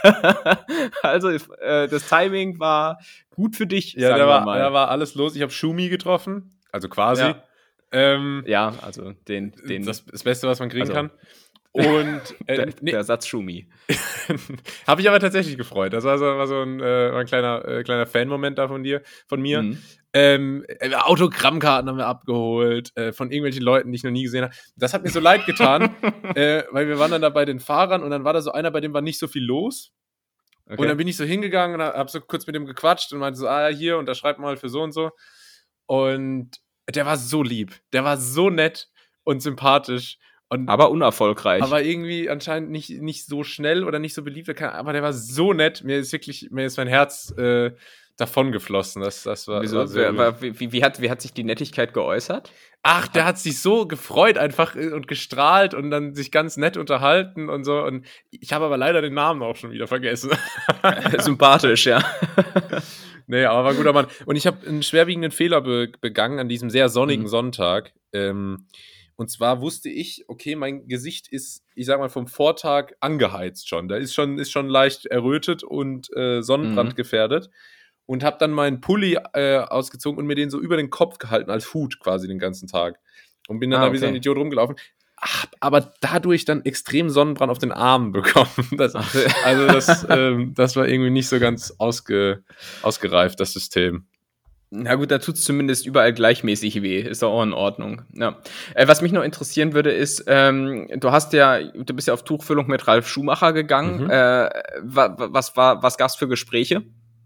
[SPEAKER 2] Also äh, das Timing war gut für dich,
[SPEAKER 1] Ja,
[SPEAKER 2] sagen
[SPEAKER 1] da
[SPEAKER 2] wir
[SPEAKER 1] war,
[SPEAKER 2] mal.
[SPEAKER 1] da war alles los. Ich habe Schumi getroffen. Also quasi.
[SPEAKER 2] Ja.
[SPEAKER 1] Ähm,
[SPEAKER 2] Ja, also den, den
[SPEAKER 1] das, das Beste, was man kriegen
[SPEAKER 2] Also,
[SPEAKER 1] kann. Und äh,
[SPEAKER 2] der,
[SPEAKER 1] nee,
[SPEAKER 2] der Satz Schumi.
[SPEAKER 1] habe ich aber tatsächlich gefreut. Das war so, war so ein, äh, war ein kleiner, äh, kleiner Fan-Moment da von dir, von mir.
[SPEAKER 2] Mhm.
[SPEAKER 1] Ähm, äh, Autogrammkarten haben wir abgeholt äh, von irgendwelchen Leuten, die ich noch nie gesehen habe. Das hat mir so leid getan, äh, weil wir waren dann da bei den Fahrern und dann war da so einer, bei dem war nicht so viel los.
[SPEAKER 2] Okay.
[SPEAKER 1] Und dann bin ich so hingegangen und hab so kurz mit dem gequatscht und meinte so, ah, hier, unterschreib mal für so und so. Und der war so lieb. Der war so nett und sympathisch. Und,
[SPEAKER 2] aber unerfolgreich.
[SPEAKER 1] Aber irgendwie anscheinend nicht, nicht so schnell oder nicht so beliebt. Aber der war so nett. Mir ist wirklich, mir ist mein Herz äh, davon geflossen. Das, das war,
[SPEAKER 2] Wieso?
[SPEAKER 1] war sehr
[SPEAKER 2] War, wie, wie, hat, wie hat sich die Nettigkeit geäußert?
[SPEAKER 1] Ach, der hat sich so gefreut einfach und gestrahlt und dann sich ganz nett unterhalten und so. Und ich habe aber leider den Namen auch schon wieder vergessen.
[SPEAKER 2] Sympathisch, ja.
[SPEAKER 1] Nee, aber war ein guter Mann. Und ich habe einen schwerwiegenden Fehler be- begangen an diesem sehr sonnigen mhm. Sonntag. Ähm, und zwar wusste ich, okay, mein Gesicht ist, ich sag mal, vom Vortag angeheizt schon. Da ist schon, ist schon leicht errötet und äh, Sonnenbrand mhm. gefährdet. Und habe dann meinen Pulli äh, ausgezogen und mir den so über den Kopf gehalten, als Hut quasi den ganzen Tag. Und bin dann ah, da wie okay. so ein Idiot rumgelaufen. Hab aber dadurch dann extrem Sonnenbrand auf den Armen bekommen. Das, also das, ähm, das war irgendwie nicht so ganz ausge, ausgereift, das System.
[SPEAKER 2] Na gut, da tut's zumindest überall gleichmäßig weh. Ist auch in Ordnung. Ja. Äh, was mich noch interessieren würde, ist, ähm, du hast ja, du bist ja auf Tuchfüllung mit Ralf Schumacher gegangen. Mhm. Äh, wa, was war, was gab's für Gespräche?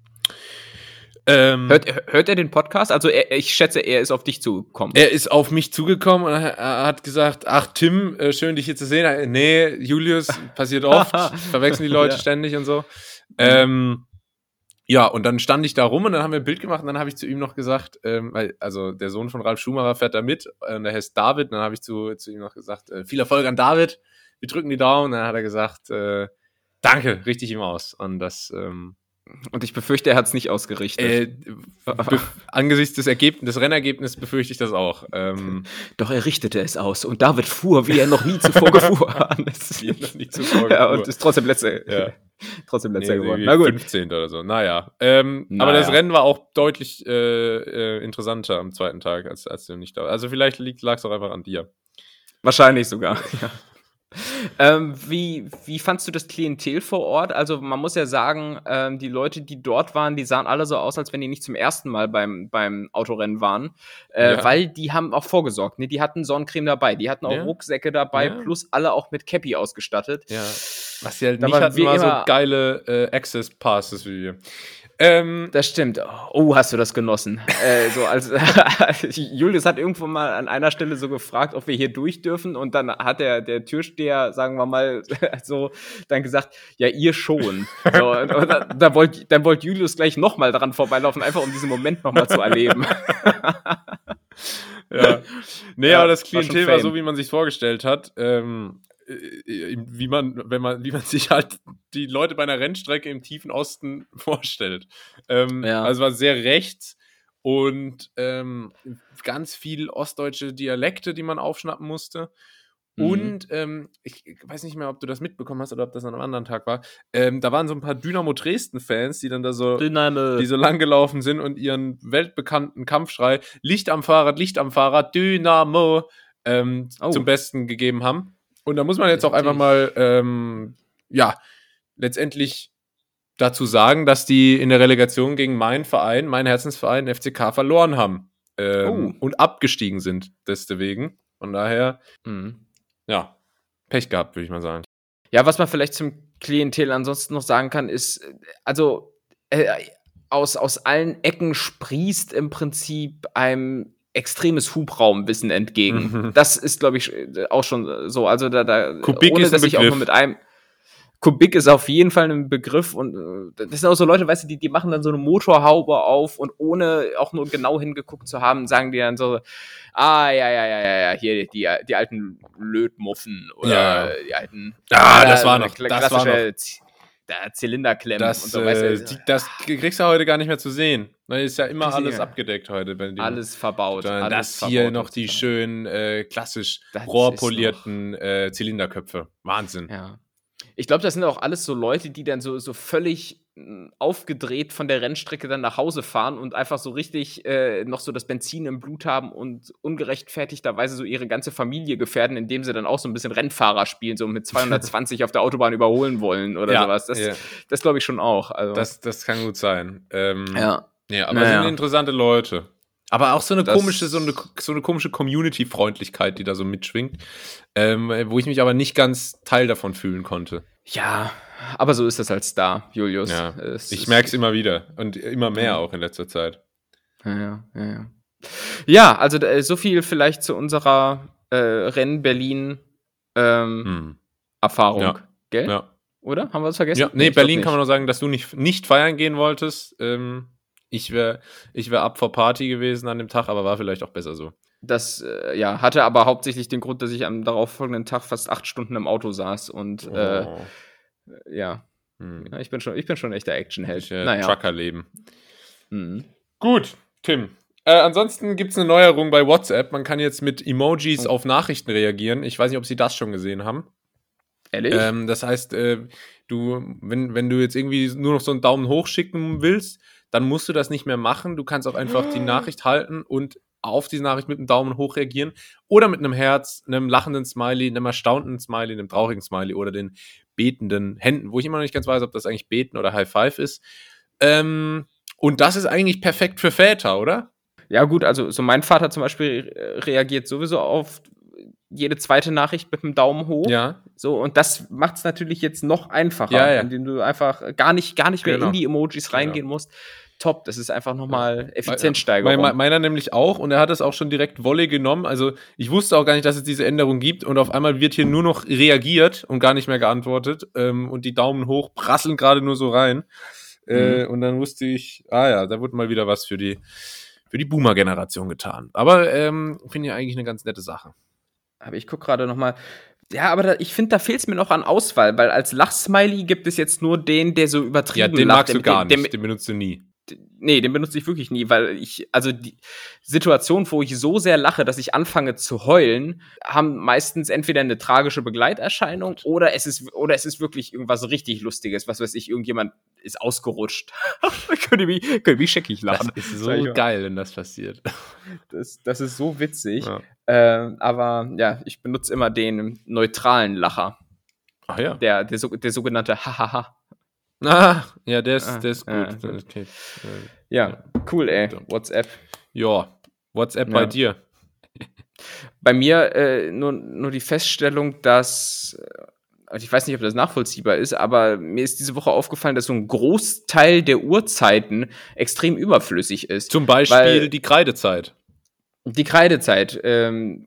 [SPEAKER 2] Ähm, hört, hört er den Podcast? Also er, ich schätze, er ist auf dich zugekommen.
[SPEAKER 1] Er ist auf mich zugekommen und er hat gesagt, ach Tim, schön dich hier zu sehen. Nee, Julius, passiert oft, verwechseln die Leute ja. ständig und so. Ähm, ja, und dann stand ich da rum und dann haben wir ein Bild gemacht und dann habe ich zu ihm noch gesagt, ähm, weil, also der Sohn von Ralf Schumacher fährt da mit und der heißt David und dann habe ich zu, zu ihm noch gesagt, äh, viel Erfolg an David, wir drücken die Daumen und dann hat er gesagt, äh, danke, richte ich ihm aus und das, ähm,
[SPEAKER 2] Und ich befürchte, er hat es nicht ausgerichtet.
[SPEAKER 1] Äh, be- angesichts des, Ergebnis- des Rennergebnisses befürchte ich das auch. Ähm,
[SPEAKER 2] Doch er richtete es aus und David fuhr, wie er noch nie zuvor gefuhr.
[SPEAKER 1] wie noch nie zuvor
[SPEAKER 2] ja, und ist trotzdem letzter,
[SPEAKER 1] ja.
[SPEAKER 2] trotzdem letzter
[SPEAKER 1] nee,
[SPEAKER 2] geworden.
[SPEAKER 1] Na gut. fünfzehnten oder so. Naja. Ähm, naja. Aber das Rennen war auch deutlich äh, äh, interessanter am zweiten Tag, als, als du nicht da warst. Also vielleicht lag es auch einfach an dir.
[SPEAKER 2] Wahrscheinlich sogar, ja. Ähm, wie, wie fandst du das Klientel vor Ort? Also man muss ja sagen, ähm, die Leute, die dort waren, die sahen alle so aus, als wenn die nicht zum ersten Mal beim, beim Autorennen waren, äh, ja. weil die haben auch vorgesorgt. Ne? Die hatten Sonnencreme dabei, die hatten auch ja. Rucksäcke dabei, ja. plus alle auch mit Cappy ausgestattet.
[SPEAKER 1] Ja. Was sie halt da nicht hatten, war so geile äh, Access Passes wie wir.
[SPEAKER 2] Ähm, das stimmt. Oh, hast du das genossen? äh, so als Julius hat irgendwo mal an einer Stelle so gefragt, ob wir hier durch dürfen und dann hat der, der Türsteher, sagen wir mal, so dann gesagt, ja, ihr schon. So, und, und da, da wollt, dann wollte Julius gleich nochmal dran vorbeilaufen, einfach um diesen Moment nochmal zu erleben.
[SPEAKER 1] ja. Nee, ja, aber das Klientel war, war so, wie man sich vorgestellt hat. Ähm, wie man, wenn man, wie man sich halt die Leute bei einer Rennstrecke im tiefen Osten vorstellt. Ähm, ja. Also war sehr rechts und ähm, ganz viel ostdeutsche Dialekte, die man aufschnappen musste. Mhm. Und ähm, ich weiß nicht mehr, ob du das mitbekommen hast oder ob das an einem anderen Tag war. Ähm, da waren so ein paar Dynamo Dresden-Fans, die dann da so,
[SPEAKER 2] Dynamo.
[SPEAKER 1] die so langgelaufen sind und ihren weltbekannten Kampfschrei Licht am Fahrrad, Licht am Fahrrad, Dynamo ähm, oh. zum Besten gegeben haben. Und da muss man jetzt auch einfach mal, ähm, ja, letztendlich dazu sagen, dass die in der Relegation gegen meinen Verein, meinen Herzensverein, F C K, verloren haben ähm, oh. und abgestiegen sind deswegen. Von daher, mhm. ja, Pech gehabt, würde ich mal sagen.
[SPEAKER 2] Ja, was man vielleicht zum Klientel ansonsten noch sagen kann, ist, also äh, aus, aus allen Ecken sprießt im Prinzip einem extremes Hubraumwissen entgegen. Mhm. Das ist, glaube ich, auch schon so. Also da, da
[SPEAKER 1] Kubik
[SPEAKER 2] ohne
[SPEAKER 1] ist
[SPEAKER 2] dass
[SPEAKER 1] ein
[SPEAKER 2] ich auch nur mit einem Kubik ist auf jeden Fall ein Begriff und das sind auch so Leute, weißt du, die, die machen dann so eine Motorhaube auf und ohne auch nur genau hingeguckt zu haben, sagen die dann so, ah, ja, ja, ja, ja, ja, hier die, die alten Lötmuffen oder
[SPEAKER 1] ja.
[SPEAKER 2] die alten
[SPEAKER 1] Ah, das war noch, das war noch.
[SPEAKER 2] Der Zylinderklemmen
[SPEAKER 1] das,
[SPEAKER 2] und so,
[SPEAKER 1] äh,
[SPEAKER 2] weißt du.
[SPEAKER 1] Die, das kriegst du heute gar nicht mehr zu sehen. Da ist ja immer alles ja. abgedeckt heute. Bei dem.
[SPEAKER 2] Alles verbaut.
[SPEAKER 1] Dann
[SPEAKER 2] alles
[SPEAKER 1] das hier
[SPEAKER 2] verbaut
[SPEAKER 1] noch die schön äh, klassisch
[SPEAKER 2] das
[SPEAKER 1] rohrpolierten äh, Zylinderköpfe. Wahnsinn.
[SPEAKER 2] Ja. Ich glaube, das sind auch alles so Leute, die dann so, so völlig aufgedreht von der Rennstrecke dann nach Hause fahren und einfach so richtig äh, noch so das Benzin im Blut haben und ungerechtfertigterweise so ihre ganze Familie gefährden, indem sie dann auch so ein bisschen Rennfahrer spielen, so mit zweihundertzwanzig auf der Autobahn überholen wollen oder
[SPEAKER 1] ja,
[SPEAKER 2] sowas. Das,
[SPEAKER 1] ja.
[SPEAKER 2] das glaube ich schon auch. Also.
[SPEAKER 1] Das, das kann gut sein. Ähm,
[SPEAKER 2] ja.
[SPEAKER 1] ja, aber
[SPEAKER 2] naja.
[SPEAKER 1] sind interessante Leute. Aber auch so eine
[SPEAKER 2] das
[SPEAKER 1] komische, so eine, so eine komische Community-Freundlichkeit, die da so mitschwingt, ähm, wo ich mich aber nicht ganz Teil davon fühlen konnte.
[SPEAKER 2] Ja, aber so ist das als Star, Julius.
[SPEAKER 1] Ja, es ich merke es immer wieder und immer mehr auch in letzter Zeit.
[SPEAKER 2] Ja, ja, ja. Ja, ja also so viel vielleicht zu unserer äh, Rennen Berlin ähm,
[SPEAKER 1] Hm.
[SPEAKER 2] Erfahrung,
[SPEAKER 1] Ja.
[SPEAKER 2] gell?
[SPEAKER 1] Ja.
[SPEAKER 2] Oder? Haben wir das vergessen?
[SPEAKER 1] Ja, nee,
[SPEAKER 2] ich glaub
[SPEAKER 1] Berlin
[SPEAKER 2] nicht.
[SPEAKER 1] kann man nur sagen, dass du nicht, nicht feiern gehen wolltest. Ähm, ich wäre ich wär ab vor Party gewesen an dem Tag, aber war vielleicht auch besser so.
[SPEAKER 2] Das äh, ja, hatte aber hauptsächlich den Grund, dass ich am darauffolgenden Tag fast acht Stunden im Auto saß und äh,
[SPEAKER 1] Oh.
[SPEAKER 2] ja.
[SPEAKER 1] Hm.
[SPEAKER 2] ja, ich bin schon, ich bin schon ein echter Actionheld.
[SPEAKER 1] Ich, äh,
[SPEAKER 2] Naja.
[SPEAKER 1] Truckerleben.
[SPEAKER 2] Mhm.
[SPEAKER 1] Gut, Tim. Äh, ansonsten gibt es eine Neuerung bei WhatsApp. Man kann jetzt mit Emojis
[SPEAKER 2] Oh.
[SPEAKER 1] auf Nachrichten reagieren. Ich weiß nicht, ob Sie das schon gesehen haben.
[SPEAKER 2] Ehrlich?
[SPEAKER 1] Ähm, das heißt, äh, du, wenn, wenn du jetzt irgendwie nur noch so einen Daumen hoch schicken willst, dann musst du das nicht mehr machen. Du kannst auch einfach die Nachricht halten und auf diese Nachricht mit einem Daumen hoch reagieren oder mit einem Herz, einem lachenden Smiley, einem erstaunten Smiley, einem traurigen Smiley oder den betenden Händen, wo ich immer noch nicht ganz weiß, ob das eigentlich Beten oder High Five ist. Ähm, und das ist eigentlich perfekt für Väter, oder?
[SPEAKER 2] Ja, gut, also so mein Vater zum Beispiel äh, reagiert sowieso auf jede zweite Nachricht mit einem Daumen hoch.
[SPEAKER 1] Ja.
[SPEAKER 2] So, und das macht es natürlich jetzt noch einfacher,
[SPEAKER 1] Ja, ja.
[SPEAKER 2] indem du einfach gar nicht, gar nicht mehr
[SPEAKER 1] Genau.
[SPEAKER 2] in die Emojis reingehen
[SPEAKER 1] Genau.
[SPEAKER 2] musst. Top, das ist einfach nochmal
[SPEAKER 1] Ja.
[SPEAKER 2] Effizienzsteigerung.
[SPEAKER 1] Me- Meiner nämlich auch und er hat es auch schon direkt Wolle genommen. Also ich wusste auch gar nicht, dass es diese Änderung gibt und auf einmal wird hier nur noch reagiert und gar nicht mehr geantwortet ähm, und die Daumen hoch prasseln gerade nur so rein.
[SPEAKER 2] Mhm.
[SPEAKER 1] Äh, und dann wusste ich, ah ja, da wurde mal wieder was für die, für die Boomer-Generation getan. Aber ähm, finde ich eigentlich eine ganz nette Sache.
[SPEAKER 2] Aber ich gucke gerade nochmal. Ja, aber da, ich finde, da fehlt es mir noch an Auswahl, weil als Lachsmiley gibt es jetzt nur den, der so übertrieben
[SPEAKER 1] Ja, den
[SPEAKER 2] lacht.
[SPEAKER 1] magst du
[SPEAKER 2] Den-
[SPEAKER 1] gar
[SPEAKER 2] den-
[SPEAKER 1] nicht, den benutzt du nie.
[SPEAKER 2] Nee, den benutze ich wirklich nie, weil ich, also die Situation, wo ich so sehr lache, dass ich anfange zu heulen, haben meistens entweder eine tragische Begleiterscheinung oder es ist, oder es ist wirklich irgendwas richtig Lustiges, was weiß ich, irgendjemand ist ausgerutscht. Könnte mich, könnte mich scheckig
[SPEAKER 1] Das
[SPEAKER 2] lachen.
[SPEAKER 1] ist
[SPEAKER 2] Sag
[SPEAKER 1] so
[SPEAKER 2] ich mal.
[SPEAKER 1] geil, wenn das passiert.
[SPEAKER 2] Das, das ist so witzig.
[SPEAKER 1] Ja.
[SPEAKER 2] Ähm, aber ja, ich benutze immer den neutralen Lacher,
[SPEAKER 1] Ach ja.
[SPEAKER 2] der, der, so, der sogenannte Hahaha.
[SPEAKER 1] Ah, ja, der ist,
[SPEAKER 2] Ah,
[SPEAKER 1] der ist gut.
[SPEAKER 2] ah, gut.
[SPEAKER 1] Okay.
[SPEAKER 2] Ja, cool, ey.
[SPEAKER 1] Stimmt.
[SPEAKER 2] WhatsApp.
[SPEAKER 1] Ja, WhatsApp
[SPEAKER 2] Ja.
[SPEAKER 1] bei dir.
[SPEAKER 2] Bei mir äh, nur, nur die Feststellung, dass, äh, ich weiß nicht, ob das nachvollziehbar ist, aber mir ist diese Woche aufgefallen, dass so ein Großteil der Uhrzeiten extrem überflüssig ist.
[SPEAKER 1] Zum Beispiel
[SPEAKER 2] Weil-
[SPEAKER 1] die Kreidezeit.
[SPEAKER 2] Die Kreidezeit, ähm,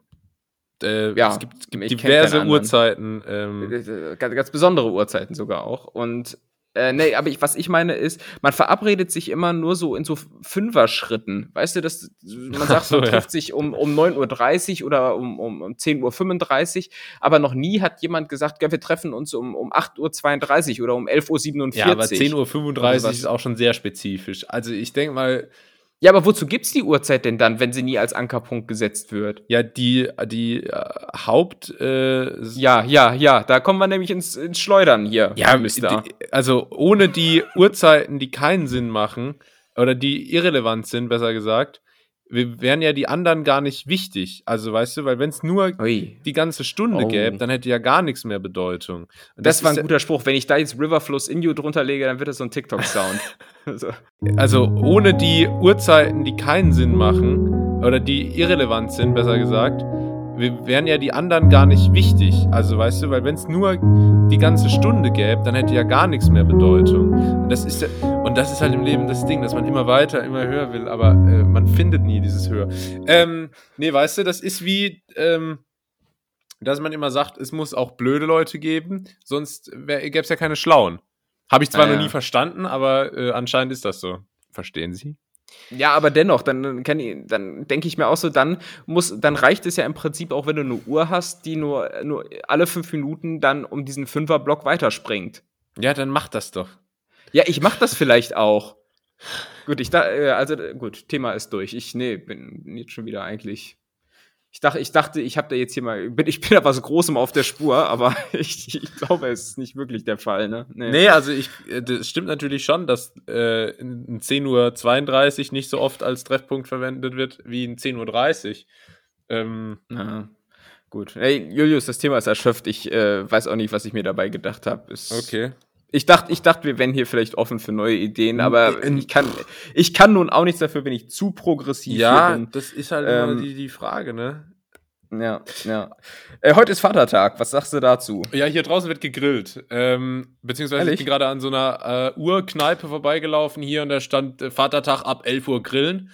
[SPEAKER 1] Äh,
[SPEAKER 2] Ja,
[SPEAKER 1] es gibt, es gibt
[SPEAKER 2] ich kenn
[SPEAKER 1] diverse
[SPEAKER 2] keine anderen.
[SPEAKER 1] Uhrzeiten. Ähm,
[SPEAKER 2] äh, ganz, ganz besondere Uhrzeiten sogar auch. Und äh, nee, aber ich, was ich meine ist, man verabredet sich immer nur so in so Fünfer-Schritten. Weißt du, dass man sagt,
[SPEAKER 1] Ach so,
[SPEAKER 2] man
[SPEAKER 1] ja.
[SPEAKER 2] trifft sich um, um neun Uhr dreißig oder um, um, um zehn Uhr fünfunddreißig, aber noch nie hat jemand gesagt, ja, wir treffen uns um, um acht Uhr zweiunddreißig oder um elf Uhr siebenundvierzig.
[SPEAKER 1] ja, aber zehn Uhr
[SPEAKER 2] Oder
[SPEAKER 1] fünfunddreißig
[SPEAKER 2] was?
[SPEAKER 1] ist auch schon sehr spezifisch. Also ich denke mal,
[SPEAKER 2] Ja, aber wozu gibt's die Uhrzeit denn dann, wenn sie nie als Ankerpunkt gesetzt wird?
[SPEAKER 1] ja, die, die äh, Haupt... Äh,
[SPEAKER 2] Ja, ja, ja, da kommen wir nämlich ins, ins Schleudern hier,
[SPEAKER 1] Ja,
[SPEAKER 2] Mister.
[SPEAKER 1] die, also ohne die Uhrzeiten, die keinen Sinn machen, oder die irrelevant sind, besser gesagt, wir wären ja die anderen gar nicht wichtig. Also, weißt du, weil wenn es nur
[SPEAKER 2] Ui.
[SPEAKER 1] die ganze Stunde
[SPEAKER 2] Oh.
[SPEAKER 1] gäbe, dann hätte ja gar nichts mehr Bedeutung. Und
[SPEAKER 2] Das, war ein
[SPEAKER 1] ist ja-
[SPEAKER 2] guter Spruch. Wenn ich da jetzt Riverflows in You drunter lege, dann wird das so ein TikTok-Sound. so.
[SPEAKER 1] Also ohne die Uhrzeiten, die keinen Sinn machen, oder die irrelevant sind, besser gesagt, wir wären ja die anderen gar nicht wichtig. Also, weißt du, weil wenn es nur die ganze Stunde gäbe, dann hätte ja gar nichts mehr Bedeutung. Und das ist ja, und das ist halt im Leben das Ding, dass man immer weiter, immer höher will, aber äh, man findet nie dieses Höher. Ähm, nee, weißt du, das ist wie, ähm, dass man immer sagt, es muss auch blöde Leute geben, sonst gäbe es ja keine Schlauen. Habe ich zwar
[SPEAKER 2] Ah,
[SPEAKER 1] noch
[SPEAKER 2] ja.
[SPEAKER 1] nie verstanden, aber äh, anscheinend ist das so. Verstehen Sie?
[SPEAKER 2] Ja, aber dennoch, dann, kann ich- dann denke ich mir auch so, dann muss, dann reicht es ja im Prinzip auch, wenn du eine Uhr hast, die nur, nur alle fünf Minuten dann um diesen Fünferblock weiterspringt.
[SPEAKER 1] Ja, dann mach das doch.
[SPEAKER 2] Ja, ich mach das vielleicht auch. Gut, ich da, äh, also äh, gut, Thema ist durch. Ich, nee, bin jetzt schon wieder eigentlich. Ich dachte, ich dachte, ich habe da jetzt hier mal, bin, ich bin da was Großem auf der Spur, aber ich, ich glaube, es ist nicht wirklich der Fall, ne?
[SPEAKER 1] Nee, also ich, äh, das stimmt natürlich schon, dass äh, in zehn Uhr zweiunddreißig nicht so oft als Treffpunkt verwendet wird wie in zehn Uhr dreißig. Ähm,
[SPEAKER 2] Ja, gut. Hey, Julius, das Thema ist erschöpft. Ich äh, weiß auch nicht, was ich mir dabei gedacht habe.
[SPEAKER 1] okay.
[SPEAKER 2] Ich dachte, ich dachte, wir wären hier vielleicht offen für neue Ideen, aber
[SPEAKER 1] Ähm,
[SPEAKER 2] ich kann, ich kann nun auch nichts dafür, wenn ich zu progressiv
[SPEAKER 1] Ja,
[SPEAKER 2] hier bin.
[SPEAKER 1] das ist halt
[SPEAKER 2] Ähm,
[SPEAKER 1] immer die, die Frage, ne?
[SPEAKER 2] Ja, ja. Äh, heute ist Vatertag. Was sagst du dazu?
[SPEAKER 1] Ja, hier draußen wird gegrillt. Ähm, beziehungsweise
[SPEAKER 2] Ehrlich?
[SPEAKER 1] ich bin gerade an so einer äh, Urkneipe vorbeigelaufen hier und da stand äh, Vatertag ab elf Uhr grillen.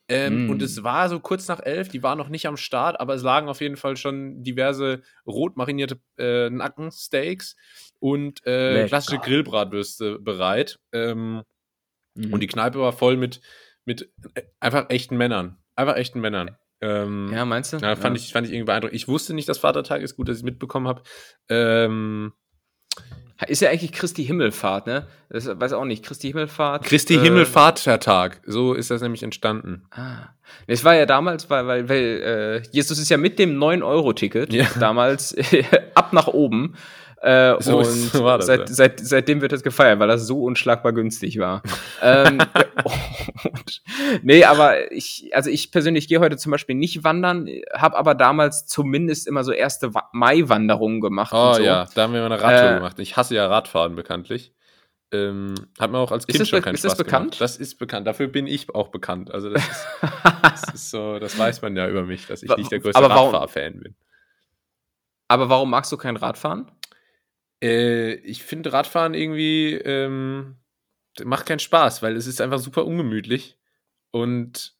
[SPEAKER 1] Ähm,
[SPEAKER 2] Mm.
[SPEAKER 1] Und es war so kurz nach elf, die waren noch nicht am Start, aber es lagen auf jeden Fall schon diverse rot marinierte äh, Nackensteaks und äh,
[SPEAKER 2] Lecker.
[SPEAKER 1] klassische Grillbratwürste bereit. Ähm,
[SPEAKER 2] Mhm.
[SPEAKER 1] Und die Kneipe war voll mit, mit äh, einfach echten Männern. Einfach echten Männern. Ähm,
[SPEAKER 2] Ja, meinst du?
[SPEAKER 1] ja, fand,
[SPEAKER 2] Ja.
[SPEAKER 1] Ich, fand ich irgendwie beeindruckend. Ich wusste nicht, dass Vatertag ist. Gut, dass ich es mitbekommen habe. Ähm,
[SPEAKER 2] Ist ja eigentlich Christi Himmelfahrt, ne? Das weiß auch nicht. Christi Himmelfahrt.
[SPEAKER 1] Christi
[SPEAKER 2] äh,
[SPEAKER 1] Himmelfahrtag. So ist das nämlich entstanden.
[SPEAKER 2] Ah. Es war ja damals, weil, weil, weil äh, Jesus ist ja mit dem neun Euro Ticket
[SPEAKER 1] Ja.
[SPEAKER 2] damals ab nach oben. Äh,
[SPEAKER 1] So
[SPEAKER 2] und
[SPEAKER 1] ist- so war das,
[SPEAKER 2] seit,
[SPEAKER 1] ja.
[SPEAKER 2] seit, seitdem wird das gefeiert, weil das so unschlagbar günstig war. ähm, und, nee, aber ich, also ich persönlich gehe heute zum Beispiel nicht wandern, habe aber damals zumindest immer so erste Wa- Mai-Wanderungen gemacht
[SPEAKER 1] Oh
[SPEAKER 2] und so.
[SPEAKER 1] ja, da haben wir mal eine Radtour
[SPEAKER 2] Äh,
[SPEAKER 1] gemacht. Ich hasse ja Radfahren bekanntlich. Ähm, hat mir auch als
[SPEAKER 2] Ist
[SPEAKER 1] Kind
[SPEAKER 2] das
[SPEAKER 1] schon
[SPEAKER 2] be-
[SPEAKER 1] keinen
[SPEAKER 2] ist das
[SPEAKER 1] Spaß
[SPEAKER 2] bekannt?
[SPEAKER 1] gemacht. Das ist bekannt. Dafür bin ich auch bekannt. Also das ist, das ist so, das weiß man ja über mich, dass ich
[SPEAKER 2] Wa-
[SPEAKER 1] nicht der größte
[SPEAKER 2] aber warum-
[SPEAKER 1] Radfahrfan bin.
[SPEAKER 2] Aber warum magst du kein Radfahren?
[SPEAKER 1] Äh, ich finde Radfahren irgendwie ähm, macht keinen Spaß, weil es ist einfach super ungemütlich und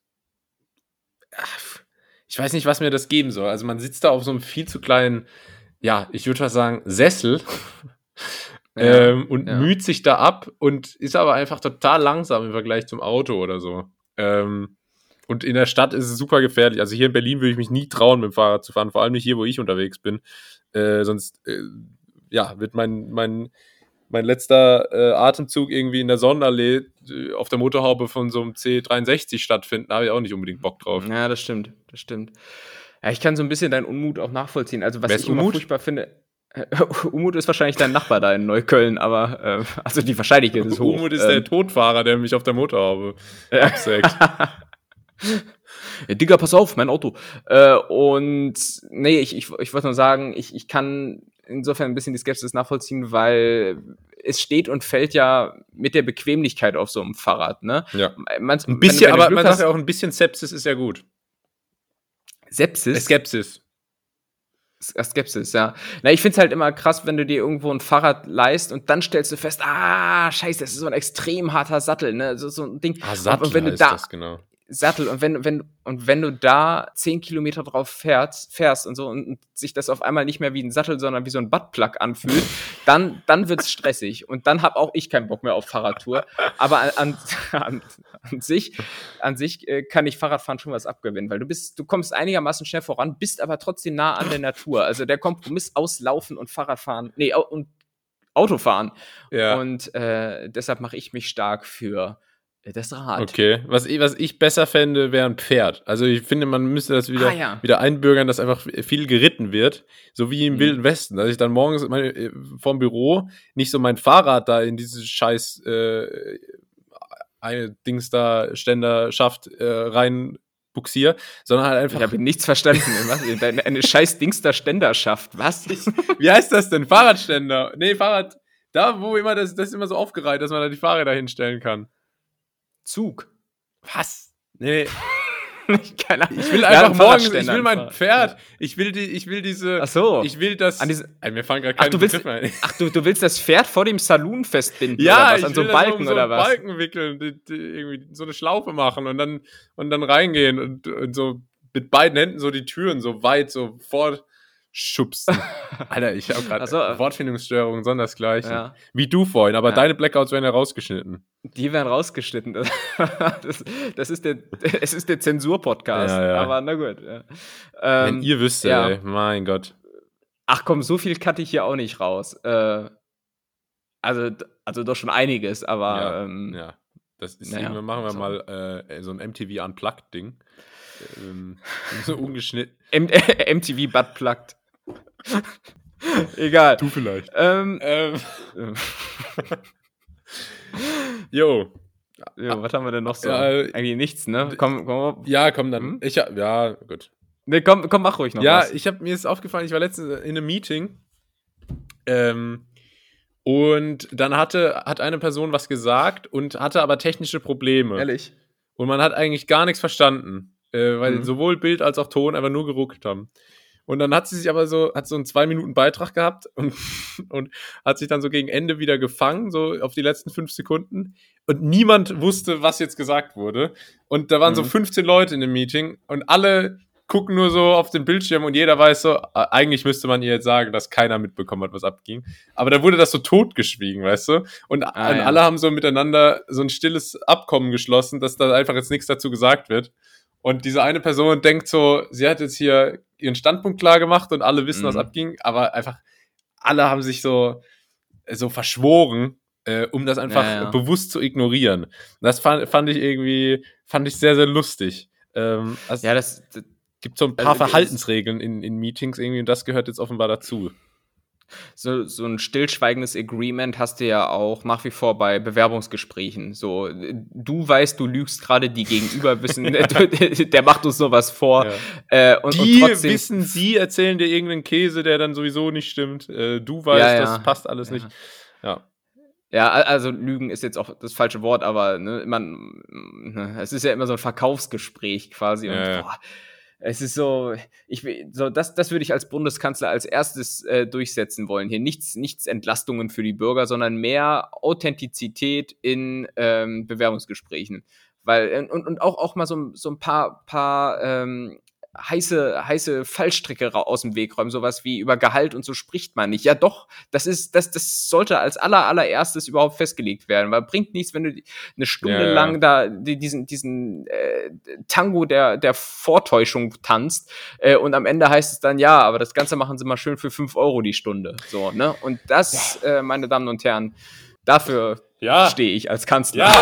[SPEAKER 1] ach, ich weiß nicht, was mir das geben soll. Also man sitzt da auf so einem viel zu kleinen, ja, ich würde mal sagen, Sessel
[SPEAKER 2] Ja,
[SPEAKER 1] ähm, und
[SPEAKER 2] ja.
[SPEAKER 1] müht sich da ab und ist aber einfach total langsam im Vergleich zum Auto oder so. Ähm, und in der Stadt ist es super gefährlich. Also hier in Berlin würde ich mich nie trauen, mit dem Fahrrad zu fahren, vor allem nicht hier, wo ich unterwegs bin. Äh, sonst äh, ja, wird mein, mein, mein letzter äh, Atemzug irgendwie in der Sonnenallee äh, auf der Motorhaube von so einem C dreiundsechzig stattfinden. Da habe ich auch nicht unbedingt Bock drauf.
[SPEAKER 2] Ja, das stimmt, das stimmt. Ja, ich kann so ein bisschen deinen Unmut auch nachvollziehen. Also was
[SPEAKER 1] Wer ist
[SPEAKER 2] ich immer
[SPEAKER 1] Unmut?
[SPEAKER 2] furchtbar finde, äh, Unmut ist wahrscheinlich dein Nachbar da in Neukölln, aber äh, also die Wahrscheinlichkeit ist hoch.
[SPEAKER 1] Umut ist der
[SPEAKER 2] Ähm,
[SPEAKER 1] Todfahrer, der mich auf der Motorhaube absägt.
[SPEAKER 2] Ja, Digga, pass auf, mein Auto. Äh, und nee, ich, ich, ich wollte nur sagen, ich, ich kann insofern ein bisschen die Skepsis nachvollziehen, weil es steht und fällt ja mit der Bequemlichkeit auf so einem Fahrrad, ne?
[SPEAKER 1] Ja.
[SPEAKER 2] Man,
[SPEAKER 1] Ein bisschen, aber man sagt ja auch, ein bisschen Sepsis ist ja gut.
[SPEAKER 2] Sepsis?
[SPEAKER 1] Skepsis.
[SPEAKER 2] Skepsis, ja. Na, ich find's halt immer krass, wenn du dir irgendwo ein Fahrrad leihst und dann stellst du fest, ah, scheiße, das ist so ein extrem harter Sattel, ne? So, so ein Ding.
[SPEAKER 1] Ah, Sattel
[SPEAKER 2] und wenn du
[SPEAKER 1] heißt
[SPEAKER 2] da,
[SPEAKER 1] das, genau.
[SPEAKER 2] Sattel, und wenn, wenn, und wenn du da zehn Kilometer drauf fährst, fährst und so und, und sich das auf einmal nicht mehr wie ein Sattel, sondern wie so ein Buttplug anfühlt, dann, dann wird's stressig. Und dann hab auch ich keinen Bock mehr auf Fahrradtour. Aber an, an, an sich, an sich äh, kann ich Fahrradfahren schon was abgewinnen, weil du bist, du kommst einigermaßen schnell voran, bist aber trotzdem nah an der Natur. Also der Kompromiss aus Laufen und Fahrradfahren, nee, au- und Autofahren.
[SPEAKER 1] Ja.
[SPEAKER 2] Und äh, deshalb mache ich mich stark für das Rad.
[SPEAKER 1] Okay. Was ich, was ich besser fände, wäre ein Pferd. Also ich finde, man müsste das wieder,
[SPEAKER 2] Ah, ja.
[SPEAKER 1] wieder einbürgern, dass einfach viel geritten wird. So wie im
[SPEAKER 2] Mhm.
[SPEAKER 1] Wilden Westen. Dass ich dann morgens meine, äh, vorm Büro nicht so mein Fahrrad da in dieses scheiß äh, eine Dings da Ständer schafft äh, rein buxier, sondern halt
[SPEAKER 2] Ich
[SPEAKER 1] einfach.
[SPEAKER 2] habe nichts verstanden. Was? Eine, eine scheiß Dingster Ständerschaft. Was?
[SPEAKER 1] Wie heißt das denn? Fahrradständer. Nee, Fahrrad. Da, wo immer das, das ist immer so aufgereiht, dass man da die Fahrräder hinstellen kann.
[SPEAKER 2] Zug.
[SPEAKER 1] Was? Nee.
[SPEAKER 2] Keine Ahnung.
[SPEAKER 1] Ich will
[SPEAKER 2] Ja,
[SPEAKER 1] einfach
[SPEAKER 2] ein
[SPEAKER 1] morgens, ich
[SPEAKER 2] Fahrradständer,
[SPEAKER 1] will
[SPEAKER 2] ein
[SPEAKER 1] mein
[SPEAKER 2] Fahrrad-
[SPEAKER 1] Pferd, ich will die, ich will diese,
[SPEAKER 2] Ach so.
[SPEAKER 1] ich will das,
[SPEAKER 2] An diesen-
[SPEAKER 1] Ey, mir fallen gerade
[SPEAKER 2] Ach,
[SPEAKER 1] keine
[SPEAKER 2] du willst,
[SPEAKER 1] Begriffe ein.
[SPEAKER 2] ach du, du willst das Pferd vor dem Saloon festbinden
[SPEAKER 1] Ja,
[SPEAKER 2] oder was?
[SPEAKER 1] ich
[SPEAKER 2] An so
[SPEAKER 1] will
[SPEAKER 2] einem
[SPEAKER 1] das
[SPEAKER 2] Balken
[SPEAKER 1] um so
[SPEAKER 2] oder
[SPEAKER 1] einen
[SPEAKER 2] was?
[SPEAKER 1] Balken wickeln, die, die, irgendwie so eine Schlaufe machen und dann, und dann reingehen und, und so mit beiden Händen so die Türen so weit so vorschubsen. Alter, ich habe gerade
[SPEAKER 2] Ach so.
[SPEAKER 1] Wortfindungsstörungen, sondersgleichen.
[SPEAKER 2] Ja.
[SPEAKER 1] Wie du vorhin, aber
[SPEAKER 2] Ja.
[SPEAKER 1] deine Blackouts werden ja rausgeschnitten.
[SPEAKER 2] Die werden rausgeschnitten. Das, das, das ist der, es ist der Zensur-Podcast.
[SPEAKER 1] Ja, ja.
[SPEAKER 2] Aber na gut. Ja.
[SPEAKER 1] Wenn
[SPEAKER 2] Ähm,
[SPEAKER 1] ihr wüsstet,
[SPEAKER 2] ja.
[SPEAKER 1] ey, mein Gott.
[SPEAKER 2] Ach komm, so viel cutte ich hier auch nicht raus. Äh, also, also doch schon einiges, aber
[SPEAKER 1] Ja,
[SPEAKER 2] ähm,
[SPEAKER 1] ja. Das ist
[SPEAKER 2] naja,
[SPEAKER 1] irgendwann machen wir
[SPEAKER 2] so.
[SPEAKER 1] mal äh, so ein M T V Unplugged-Ding. Ähm, so ungeschnitten.
[SPEAKER 2] M- M T V Butt plugged. Egal.
[SPEAKER 1] Du vielleicht.
[SPEAKER 2] Ähm,
[SPEAKER 1] Ähm,
[SPEAKER 2] äh,
[SPEAKER 1] jo.
[SPEAKER 2] ja, was haben wir denn noch so?
[SPEAKER 1] Ja, äh,
[SPEAKER 2] Eigentlich nichts, ne? Komm, komm,
[SPEAKER 1] Ja, komm dann.
[SPEAKER 2] Hm?
[SPEAKER 1] Ich hab, ja, gut.
[SPEAKER 2] nee, komm, komm, mach ruhig noch
[SPEAKER 1] Ja,
[SPEAKER 2] was.
[SPEAKER 1] ich habe mir ist aufgefallen, ich war letztens in einem Meeting. Ähm, und dann hatte, hat eine Person was gesagt und hatte aber technische Probleme.
[SPEAKER 2] Ehrlich.
[SPEAKER 1] Und man hat eigentlich gar nichts verstanden. Äh, weil
[SPEAKER 2] Mhm.
[SPEAKER 1] sowohl Bild als auch Ton einfach nur geruckt haben. Und dann hat sie sich aber so, hat so einen zwei Minuten Beitrag gehabt und, und hat sich dann so gegen Ende wieder gefangen, so auf die letzten fünf Sekunden. Und niemand wusste, was jetzt gesagt wurde. Und da waren mhm. so fünfzehn Leute in dem Meeting und alle gucken nur so auf den Bildschirm und jeder weiß so, eigentlich müsste man ihr jetzt sagen, dass keiner mitbekommen hat, was abging. Aber da wurde das so totgeschwiegen, weißt du? Und,
[SPEAKER 2] ah,
[SPEAKER 1] und
[SPEAKER 2] ja.
[SPEAKER 1] alle haben so miteinander so ein stilles Abkommen geschlossen, dass da einfach jetzt nichts dazu gesagt wird. Und diese eine Person denkt so, sie hat jetzt hier ihren Standpunkt klar gemacht und alle wissen, mhm. was abging, aber einfach alle haben sich so, so verschworen, äh, um das einfach
[SPEAKER 2] ja, ja.
[SPEAKER 1] bewusst zu ignorieren. Das fand, fand ich irgendwie, fand ich sehr, sehr lustig. Ähm, also
[SPEAKER 2] ja, das, das
[SPEAKER 1] gibt so ein paar
[SPEAKER 2] also,
[SPEAKER 1] Verhaltensregeln in, in Meetings irgendwie und das gehört jetzt offenbar dazu.
[SPEAKER 2] So, so ein stillschweigendes Agreement hast du ja auch nach wie vor bei Bewerbungsgesprächen. So, du weißt, du lügst gerade, die Gegenüber wissen, ja. der, der macht uns sowas vor.
[SPEAKER 1] Ja.
[SPEAKER 2] Äh, und,
[SPEAKER 1] die
[SPEAKER 2] und trotzdem
[SPEAKER 1] wissen, sie erzählen dir irgendeinen Käse, der dann sowieso nicht stimmt. Äh, du weißt, ja, ja. das passt alles ja. nicht. Ja.
[SPEAKER 2] Ja, also Lügen ist jetzt auch das falsche Wort, aber ne, man, ne, es ist ja immer so ein Verkaufsgespräch quasi.
[SPEAKER 1] Ja,
[SPEAKER 2] und
[SPEAKER 1] ja.
[SPEAKER 2] boah, es ist so, ich so das, das würde ich als Bundeskanzler als erstes äh, durchsetzen wollen. Hier nichts, nichts Entlastungen für die Bürger, sondern mehr Authentizität in ähm, Bewerbungsgesprächen, weil und, und auch auch mal so, so ein paar paar ähm, heiße heiße Fallstricke aus dem Weg räumen, sowas wie über Gehalt und so spricht man nicht. Ja doch, das ist das das sollte als aller allererstes überhaupt festgelegt werden, weil bringt nichts, wenn du eine Stunde
[SPEAKER 1] ja,
[SPEAKER 2] lang
[SPEAKER 1] ja.
[SPEAKER 2] da die, diesen diesen äh, Tango der der Vortäuschung tanzt äh, und am Ende heißt es dann ja, aber das Ganze machen sie mal schön für fünf Euro die Stunde, so, ne? Und das, ja. äh, meine Damen und Herren, dafür
[SPEAKER 1] ja.
[SPEAKER 2] stehe ich als Kanzler.
[SPEAKER 1] Ja.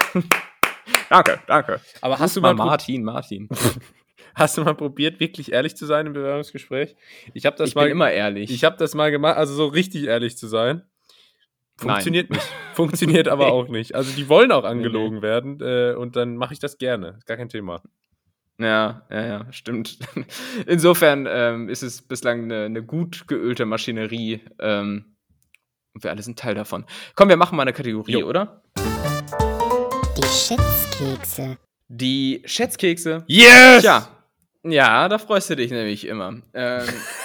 [SPEAKER 2] Danke, danke.
[SPEAKER 1] Aber hast du mal
[SPEAKER 2] Martin, Martin.
[SPEAKER 1] Hast du mal probiert, wirklich ehrlich zu sein im Bewerbungsgespräch? Ich habe das
[SPEAKER 2] ich
[SPEAKER 1] mal.
[SPEAKER 2] bin immer ehrlich.
[SPEAKER 1] Ich habe das mal gemacht, also so richtig ehrlich zu sein. Funktioniert
[SPEAKER 2] Nein.
[SPEAKER 1] nicht. Funktioniert aber
[SPEAKER 2] nee.
[SPEAKER 1] auch nicht. Also die wollen auch angelogen
[SPEAKER 2] nee, nee.
[SPEAKER 1] werden äh, und dann mache ich das gerne. Ist gar kein Thema.
[SPEAKER 2] Ja, ja, ja, stimmt. Insofern ähm, ist es bislang eine, eine gut geölte Maschinerie. Ähm, und wir alle sind Teil davon. Komm, wir machen mal eine Kategorie,
[SPEAKER 1] jo.
[SPEAKER 2] oder?
[SPEAKER 3] Die Schätzkekse.
[SPEAKER 2] Die Schätzkekse.
[SPEAKER 1] Yes!
[SPEAKER 2] Ja. Ja, da freust du dich nämlich immer. Ähm,